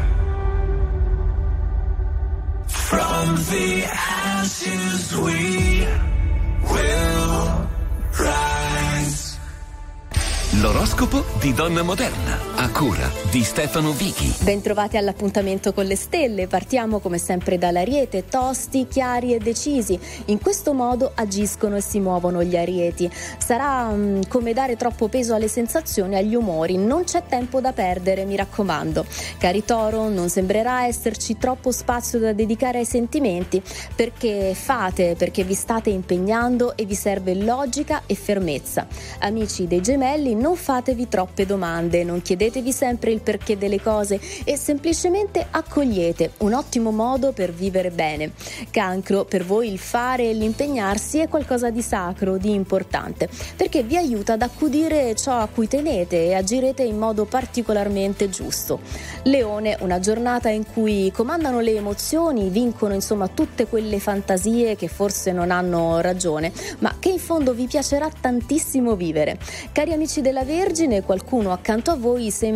From the ashes we will rise. L'oroscopo di Donna Moderna, a cura di Stefano Vichi. Bentrovati all'appuntamento con le stelle. Partiamo come sempre dall'Ariete, tosti, chiari e decisi. In questo modo agiscono e si muovono gli Arieti. Sarà um, come dare troppo peso alle sensazioni e agli umori. Non c'è tempo da perdere, mi raccomando. Cari Toro, non sembrerà esserci troppo spazio da dedicare ai sentimenti, perché fate, perché vi state impegnando e vi serve logica e fermezza. Amici dei Gemelli, non fatevi troppe domande, non chiedetevi sempre il perché delle cose e semplicemente accogliete, un ottimo modo per vivere bene. Cancro, per voi il fare e l'impegnarsi è qualcosa di sacro, di importante, perché vi aiuta ad accudire ciò a cui tenete e agirete in modo particolarmente giusto. Leone, una giornata in cui comandano le emozioni, vincono insomma tutte quelle fantasie che forse non hanno ragione, ma che in fondo vi piacerà tantissimo vivere. Cari amici della Vergine, qualcuno accanto a voi sembra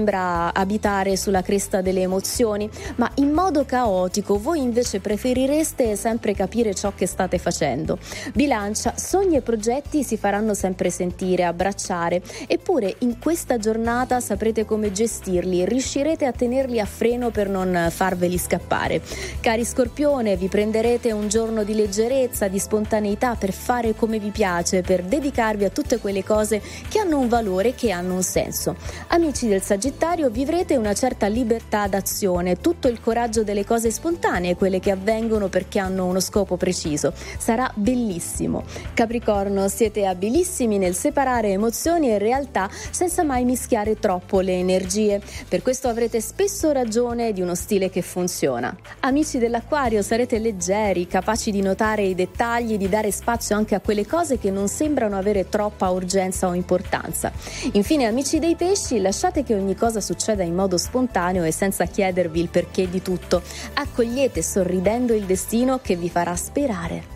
sembra abitare sulla cresta delle emozioni, ma in modo caotico. Voi invece preferireste sempre capire ciò che state facendo. Bilancia, sogni e progetti si faranno sempre sentire, abbracciare, eppure in questa giornata saprete come gestirli, riuscirete a tenerli a freno per non farveli scappare. Cari Scorpione, vi prenderete un giorno di leggerezza, di spontaneità per fare come vi piace, per dedicarvi a tutte quelle cose che hanno un valore, che hanno un senso. Amici del Sagittario, vivrete una certa libertà d'azione, tutto il coraggio delle cose spontanee, quelle che avvengono perché hanno uno scopo preciso. Sarà bellissimo. Capricorno, siete abilissimi nel separare emozioni e realtà senza mai mischiare troppo le energie. Per questo avrete spesso ragione di uno stile che funziona. Amici dell'Acquario, sarete leggeri, capaci di notare i dettagli, di dare spazio anche a quelle cose che non sembrano avere troppa urgenza o importanza. Infine, amici dei Pesci, lasciate che ogni cosa succeda in modo spontaneo e senza chiedervi il perché di tutto. Accogliete sorridendo il destino che vi farà sperare.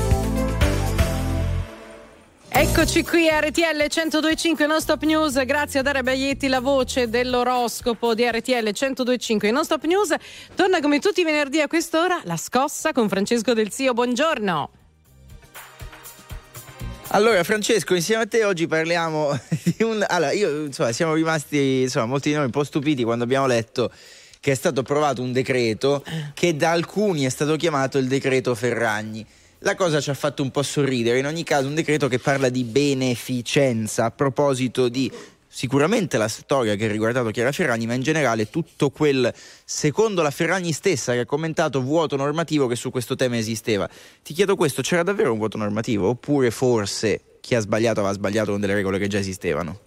Eccoci qui a R T L centodue e cinque Non Stop News, grazie a Daria Baietti, la voce dell'oroscopo di R T L centodue e cinque Non Stop News. Torna come tutti i venerdì a quest'ora La Scossa con Francesco Del Zio, buongiorno. Allora Francesco, insieme a te oggi parliamo di un... Allora io, insomma, siamo rimasti, insomma, molti di noi un po' stupiti quando abbiamo letto che è stato approvato un decreto che da alcuni è stato chiamato il decreto Ferragni. La cosa ci ha fatto un po' sorridere. In ogni caso, un decreto che parla di beneficenza a proposito di sicuramente la storia che ha riguardato Chiara Ferragni, ma in generale tutto quel, secondo la Ferragni stessa, che ha commentato, vuoto normativo che su questo tema esisteva. Ti chiedo questo: c'era davvero un vuoto normativo oppure forse chi ha sbagliato aveva sbagliato con delle regole che già esistevano?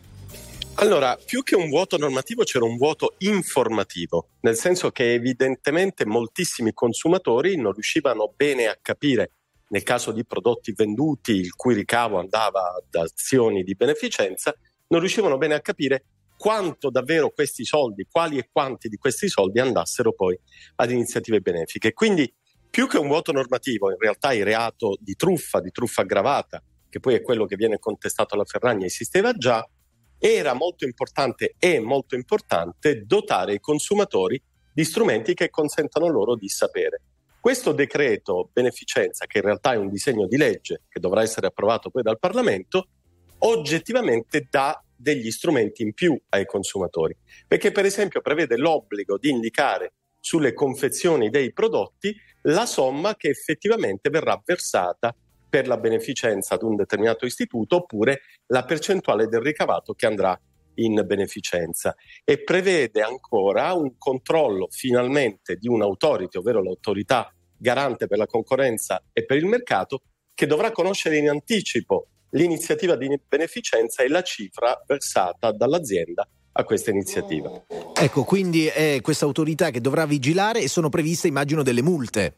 Allora, più che un vuoto normativo c'era un vuoto informativo, nel senso che evidentemente moltissimi consumatori non riuscivano bene a capire, nel caso di prodotti venduti il cui ricavo andava ad azioni di beneficenza, non riuscivano bene a capire quanto davvero questi soldi, quali e quanti di questi soldi andassero poi ad iniziative benefiche. Quindi più che un vuoto normativo, in realtà il reato di truffa, di truffa aggravata, che poi è quello che viene contestato alla Ferragni, esisteva già. Era molto importante e molto importante dotare i consumatori di strumenti che consentano loro di sapere. Questo decreto beneficenza, che in realtà è un disegno di legge che dovrà essere approvato poi dal Parlamento, oggettivamente dà degli strumenti in più ai consumatori, perché per esempio prevede l'obbligo di indicare sulle confezioni dei prodotti la somma che effettivamente verrà versata per la beneficenza ad un determinato istituto, oppure la percentuale del ricavato che andrà in beneficenza, e prevede ancora un controllo finalmente di un'autority, ovvero l'autorità garante per la concorrenza e per il mercato, che dovrà conoscere in anticipo l'iniziativa di beneficenza e la cifra versata dall'azienda a questa iniziativa. Ecco, quindi è questa autorità che dovrà vigilare e sono previste, immagino, delle multe.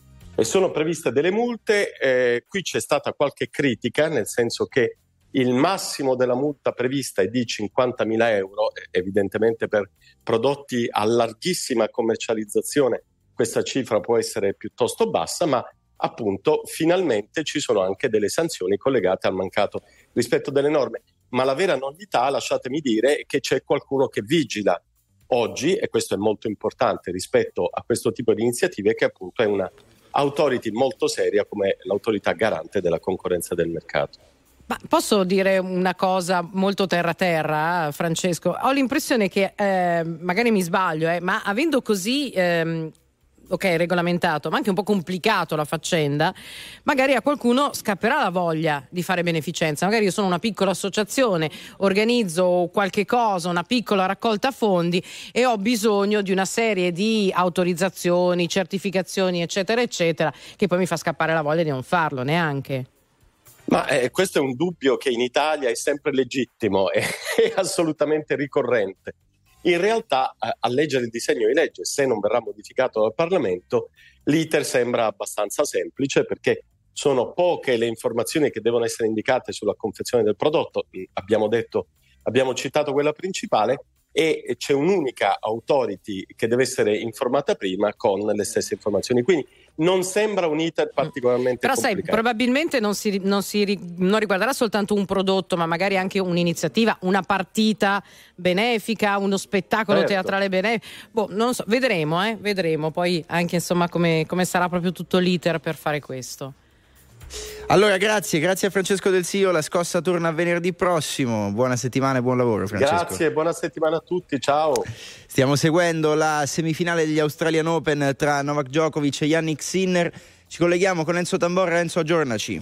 E sono previste delle multe, eh, qui c'è stata qualche critica, nel senso che il massimo della multa prevista è di cinquantamila euro, evidentemente per prodotti a larghissima commercializzazione questa cifra può essere piuttosto bassa, ma appunto finalmente ci sono anche delle sanzioni collegate al mancato rispetto delle norme. Ma la vera novità, lasciatemi dire, è che c'è qualcuno che vigila oggi, e questo è molto importante rispetto a questo tipo di iniziative, che appunto è una authority molto seria come l'autorità garante della concorrenza del mercato. Ma posso dire una cosa molto terra terra, Francesco? Ho l'impressione che, eh, magari mi sbaglio, eh, ma avendo così ehm, ok, regolamentato, ma anche un po' complicato la faccenda, magari a qualcuno scapperà la voglia di fare beneficenza. Magari io sono una piccola associazione, organizzo qualche cosa, una piccola raccolta fondi e ho bisogno di una serie di autorizzazioni, certificazioni, eccetera, eccetera, che poi mi fa scappare la voglia di non farlo neanche. Ma eh, questo è un dubbio che in Italia è sempre legittimo e è assolutamente ricorrente. In realtà, a leggere il disegno di legge, se non verrà modificato dal Parlamento, l'iter sembra abbastanza semplice, perché sono poche le informazioni che devono essere indicate sulla confezione del prodotto. Abbiamo detto, abbiamo citato quella principale, e c'è un'unica authority che deve essere informata prima con le stesse informazioni. Quindi non sembra un iter particolarmente Però complicato. sai, probabilmente non, si, non, si, non riguarderà soltanto un prodotto, ma magari anche un'iniziativa, una partita benefica, uno spettacolo certo. teatrale benefico. Boh, non so, vedremo, eh, vedremo poi anche insomma come, come sarà proprio tutto l'iter per fare questo. Allora grazie, grazie a Francesco Del Sio, la scossa torna venerdì prossimo, buona settimana e buon lavoro Francesco. Grazie, buona settimana a tutti, ciao. Stiamo seguendo la semifinale degli Australian Open tra Novak Djokovic e Jannik Sinner, ci colleghiamo con Enzo Tamborra. Enzo, aggiornaci.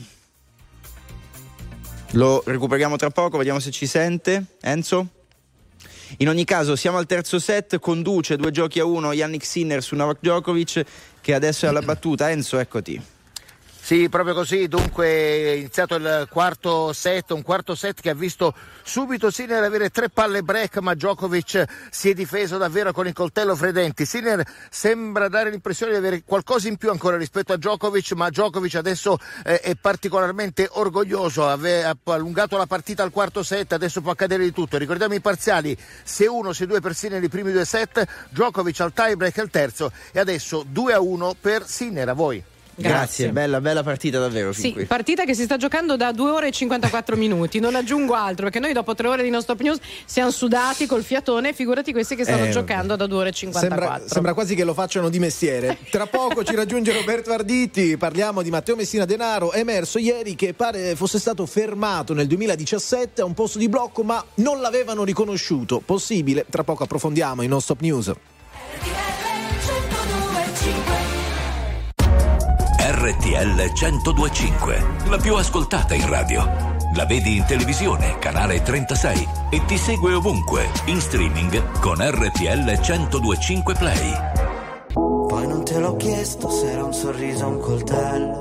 Lo recuperiamo tra poco, vediamo se ci sente. Enzo? In ogni caso siamo al terzo set, conduce due giochi a uno Jannik Sinner su Novak Djokovic che adesso è alla battuta. Enzo, eccoti. Sì, proprio così, dunque è iniziato il quarto set, un quarto set che ha visto subito Sinner avere tre palle break, ma Djokovic si è difeso davvero con il coltello fra i denti. Sinner sembra dare l'impressione di avere qualcosa in più ancora rispetto a Djokovic, ma Djokovic adesso eh, è particolarmente orgoglioso, Ave, ha allungato la partita al quarto set, adesso può accadere di tutto. Ricordiamo i parziali, sei uno sei due per Sinner i primi due set, Djokovic al tie break al terzo e adesso due a uno per Sinner. A voi. Grazie. Grazie, bella bella partita davvero. Sì, qui. partita che si sta giocando da due ore e cinquantaquattro minuti, non aggiungo altro perché noi dopo tre ore di non stop news siamo sudati col fiatone, figurati questi che stanno Eh, giocando da due ore e cinquantaquattro. Sembra, sembra quasi che lo facciano di mestiere. Tra poco ci raggiunge Roberto Arditi, parliamo di Matteo Messina Denaro, è emerso ieri che pare fosse stato fermato nel duemiladiciassette a un posto di blocco ma non l'avevano riconosciuto. Possibile? Tra poco approfondiamo in Non Stop News. R T L centodue e cinque, la più ascoltata in radio. La vedi in televisione, canale trentasei e ti segue ovunque, in streaming con R T L centodue e cinque Play. Poi non te l'ho chiesto se era un sorriso o un coltello.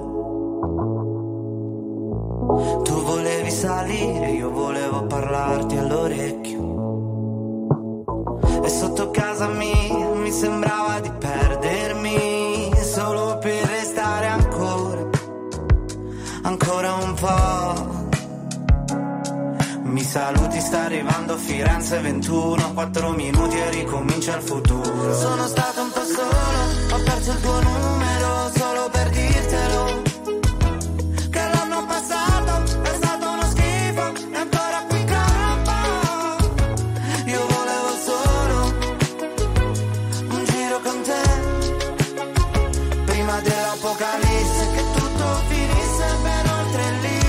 Tu volevi salire, io volevo parlarti all'orecchio. E sotto casa mia mi sembrava di perdermi solo per restare ancora, ancora un po'. Mi saluti, sta arrivando Firenze ventuno, quattro minuti e ricomincia il futuro. Sono stato un po' solo, ho perso il tuo numero solo per dirtelo, che l'anno passato è stato uno schifo e ancora qui campo. Io volevo solo un giro con te, prima dell'apocalisse, che tutto finisse ben oltre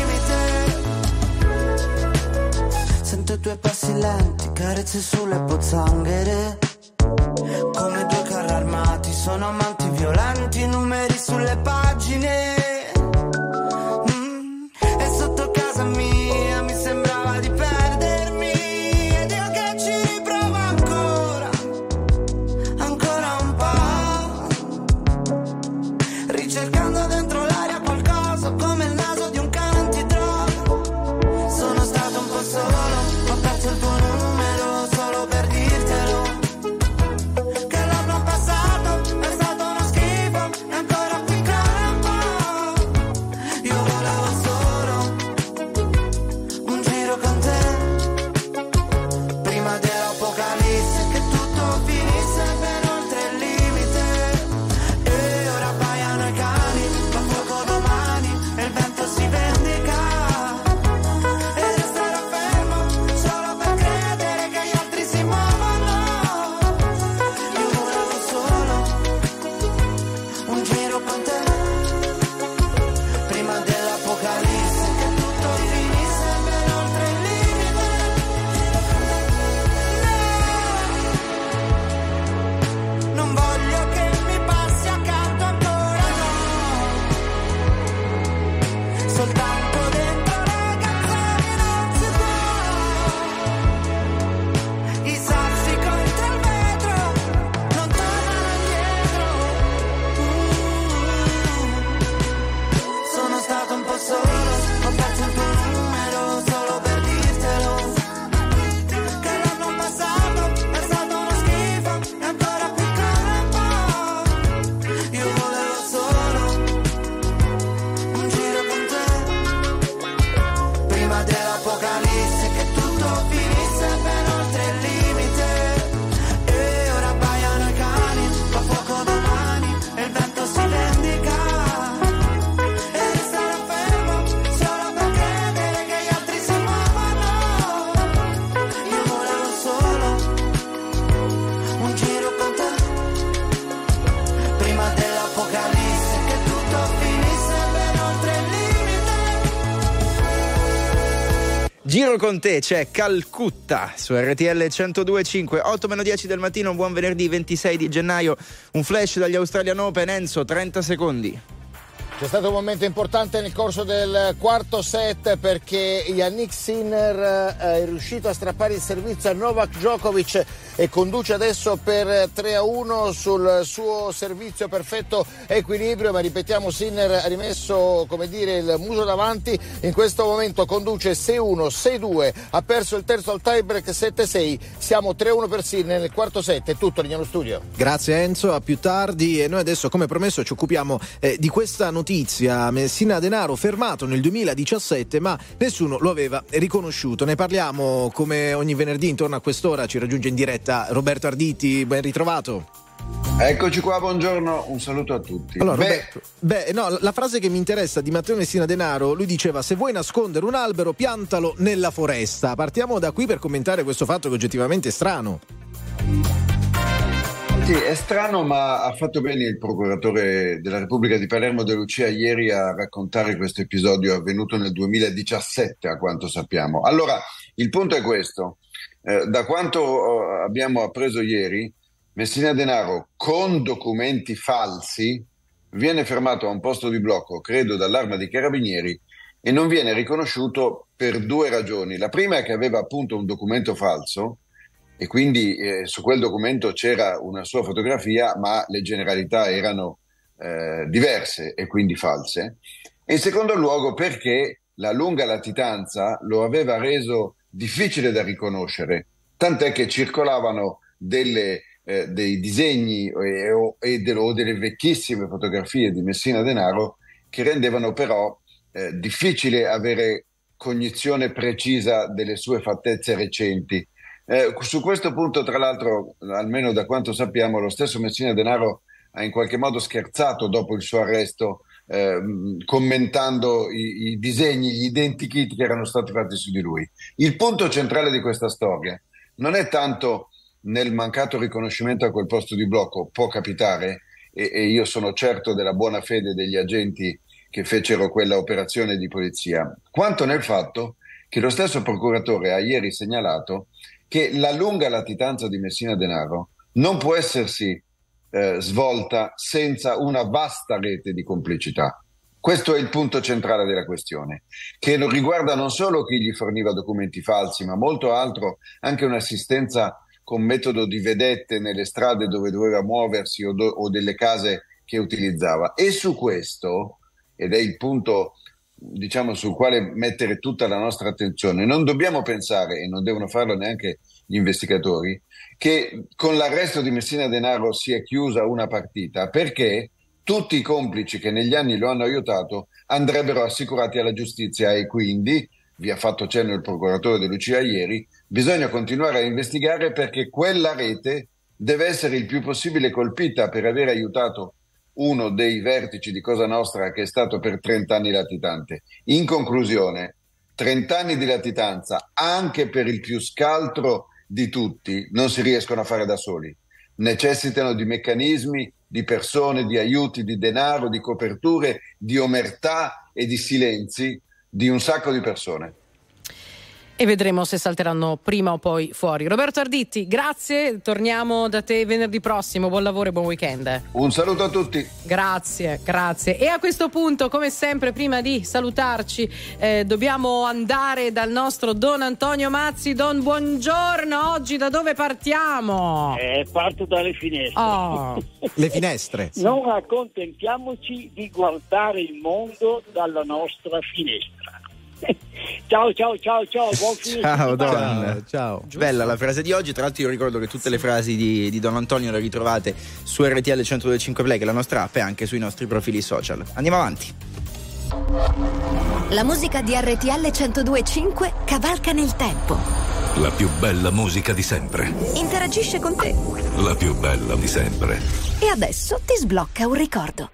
il limite. Sento i tuoi passi lenti, carezze sulle pozzanghere, come due carri armati, sono amanti violenti, numeri sulle pagine. Mm. E sotto casa mia mi sembrava di perdermi, ed io che ci riprovo ancora, ancora un po', ricercando dentro l'aria qualcosa come il naso di un cane antidroga. Sono stato un po' solo, ho perso il tuo numero solo per dirtelo, che l'anno passato è stato Giro con te, c'è Calcutta su R T L centodue e cinque, otto meno dieci del mattino, un buon venerdì ventisei di gennaio, un flash dagli Australian Open. Enzo, trenta secondi. C'è stato un momento importante nel corso del quarto set perché Yannick Sinner è riuscito a strappare il servizio a Novak Djokovic e conduce adesso per tre a uno sul suo servizio perfetto equilibrio, ma ripetiamo, Sinner ha rimesso, come dire, il muso davanti, in questo momento conduce sei uno, sei due, ha perso il terzo al tiebreak sette sei, siamo tre a uno per Sinner nel quarto set. È tutto, Lignano Studio. Grazie Enzo, a più tardi. E noi adesso, come promesso, ci occupiamo eh, di questa notizia. Messina Denaro fermato nel duemiladiciassette, ma nessuno lo aveva riconosciuto. Ne parliamo come ogni venerdì intorno a quest'ora. Ci raggiunge in diretta Roberto Arditi, ben ritrovato. Eccoci qua, buongiorno, un saluto a tutti. Allora, beh, Roberto, beh, no, la frase che mi interessa di Matteo Messina Denaro, lui diceva: se vuoi nascondere un albero, piantalo nella foresta. Partiamo da qui per commentare questo fatto che oggettivamente è strano. Sì, è strano, ma ha fatto bene il procuratore della Repubblica di Palermo De Lucia ieri a raccontare questo episodio avvenuto nel duemiladiciassette, a quanto sappiamo. Allora, il punto è questo. Eh, da quanto abbiamo appreso ieri, Messina Denaro con documenti falsi viene fermato a un posto di blocco, credo dall'Arma dei Carabinieri, e non viene riconosciuto per due ragioni. La prima è che aveva appunto un documento falso e quindi eh, su quel documento c'era una sua fotografia, ma le generalità erano eh, diverse e quindi false. E in secondo luogo perché la lunga latitanza lo aveva reso difficile da riconoscere, tant'è che circolavano delle, eh, dei disegni e, o, e de, o delle vecchissime fotografie di Messina Denaro che rendevano però eh, difficile avere cognizione precisa delle sue fattezze recenti. Eh, su questo punto, tra l'altro, almeno da quanto sappiamo, lo stesso Messina Denaro ha in qualche modo scherzato dopo il suo arresto, eh, commentando i, i disegni, gli identikit che erano stati fatti su di lui. Il punto centrale di questa storia non è tanto nel mancato riconoscimento a quel posto di blocco, può capitare, e, e io sono certo della buona fede degli agenti che fecero quella operazione di polizia, quanto nel fatto che lo stesso procuratore ha ieri segnalato che la lunga latitanza di Messina Denaro non può essersi eh, svolta senza una vasta rete di complicità. Questo è il punto centrale della questione, che non riguarda non solo chi gli forniva documenti falsi, ma molto altro, anche un'assistenza con metodo di vedette nelle strade dove doveva muoversi o, do, o delle case che utilizzava. E su questo, ed è il punto diciamo sul quale mettere tutta la nostra attenzione, non dobbiamo pensare, e non devono farlo neanche gli investigatori, che con l'arresto di Messina Denaro si è chiusa una partita, perché tutti i complici che negli anni lo hanno aiutato andrebbero assicurati alla giustizia e quindi, vi ha fatto cenno il procuratore De Lucia ieri, bisogna continuare a investigare perché quella rete deve essere il più possibile colpita per aver aiutato uno dei vertici di Cosa Nostra che è stato per trent'anni latitante. In conclusione, trent'anni di latitanza, anche per il più scaltro di tutti, non si riescono a fare da soli. Necessitano di meccanismi, di persone, di aiuti, di denaro, di coperture, di omertà e di silenzi di un sacco di persone. E vedremo se salteranno prima o poi fuori. Roberto Arditi, grazie, torniamo da te venerdì prossimo, buon lavoro e buon weekend. Un saluto a tutti. Grazie, grazie. E a questo punto, come sempre, prima di salutarci, eh, dobbiamo andare dal nostro Don Antonio Mazzi. Don, buongiorno, oggi da dove partiamo? Eh, parto dalle finestre. Oh. Le finestre. Non accontentiamoci di guardare il mondo dalla nostra finestra. Ciao ciao ciao ciao, buon fine Ciao Don. Ciao, ciao. Bella la frase di oggi. Tra l'altro io ricordo che tutte le frasi di, di Don Antonio le ritrovate su R T L centodue e cinque Play, che è la nostra app, e anche sui nostri profili social. Andiamo avanti. La musica di R T L centodue e cinque cavalca nel tempo. La più bella musica di sempre. Interagisce con te. La più bella di sempre. E adesso ti sblocca un ricordo.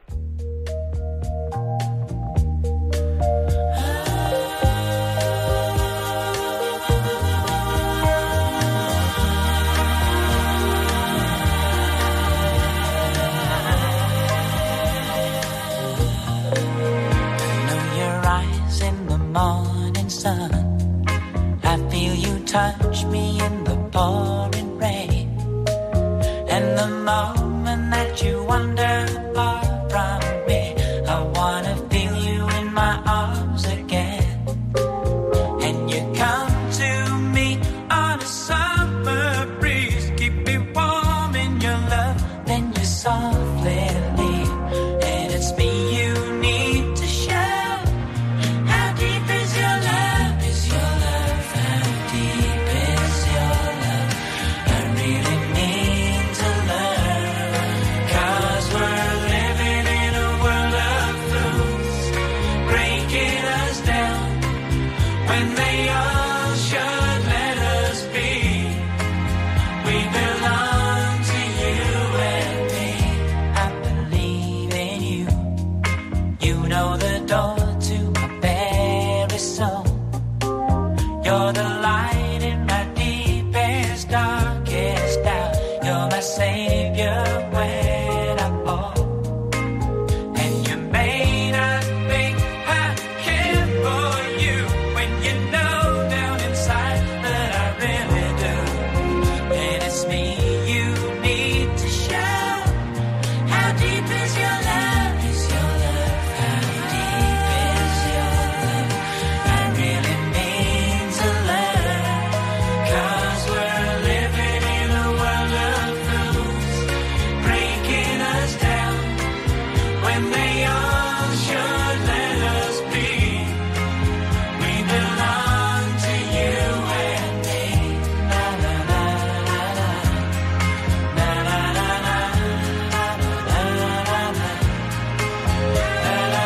Morning sun, touch me in the pouring rain, and the moment that you wander far from me, I wanna feel you in my arms again. And you come to me on a summer breeze, keep me warm in your love, then you softly leave, and it's me you need to show. How deep is your love? Is your love? How deep is your love? I really need to learn, 'cause we're living in a world of fools, breaking us down when they all should let us be. We belong to you and me. I believe in you. You know the door to my very soul. You're the light in my deepest, darkest doubt. You're my savior when I fall. And you may not think I care for you when you know down inside that I really do. And it's me you need to show. How deep is your love? Is your love? How deep is your love? I really need to learn, 'cause we're living in a world of fools, breaking us down when they all should let us be. We belong to you and me. Na na na na na. Na na na na. Na na na na. Na na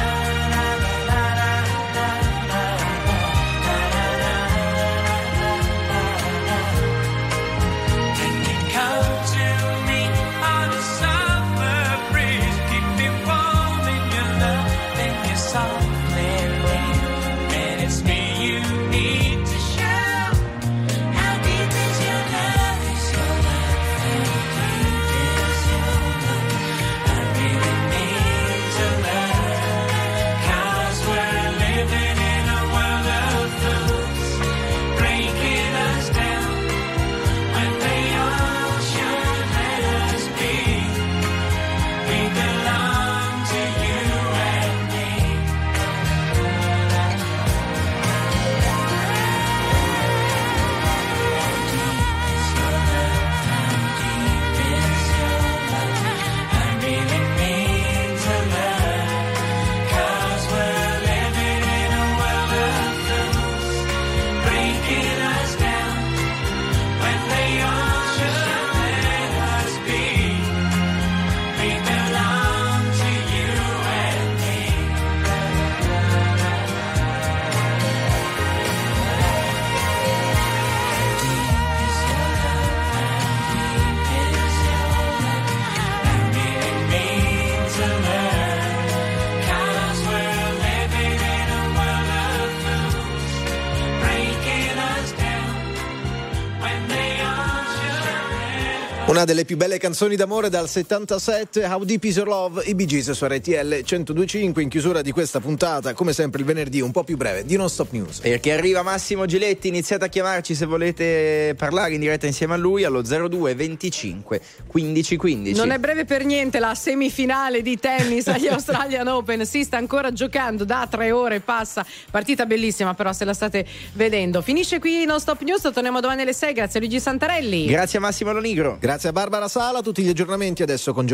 come to me on a summer breeze, keep me warm in your love, then you softly leave, and it's me you need to show. How deep is your love? Is your love? How deep is your love? I really need to learn, 'cause we're living in a world of fools, breaking us down when they all should let us be. We belong to you and me. I really need to learn, 'cause we're living in a world of fools, breaking us down when they all should let us be. We belong to you and me. I really need to learn, 'cause we're living in a world of fools, breaking us down when they all should let us. Una delle più belle canzoni d'amore dal settantasette, How Deep Is Your Love, i Bee Gees su R T L centodue e cinque, in chiusura di questa puntata, come sempre il venerdì un po' più breve di Non Stop News. Perché arriva Massimo Giletti, iniziate a chiamarci se volete parlare in diretta insieme a lui allo zero due venticinque quindici quindici. Non è breve per niente la semifinale di tennis agli Australian Open, si sta ancora giocando da tre ore e passa, partita bellissima però se la state vedendo. Finisce qui Non Stop News, torniamo domani alle sei, grazie a Luigi Santarelli. Grazie a Massimo Lonigro. Grazie a Barbara Sala, tutti gli aggiornamenti adesso con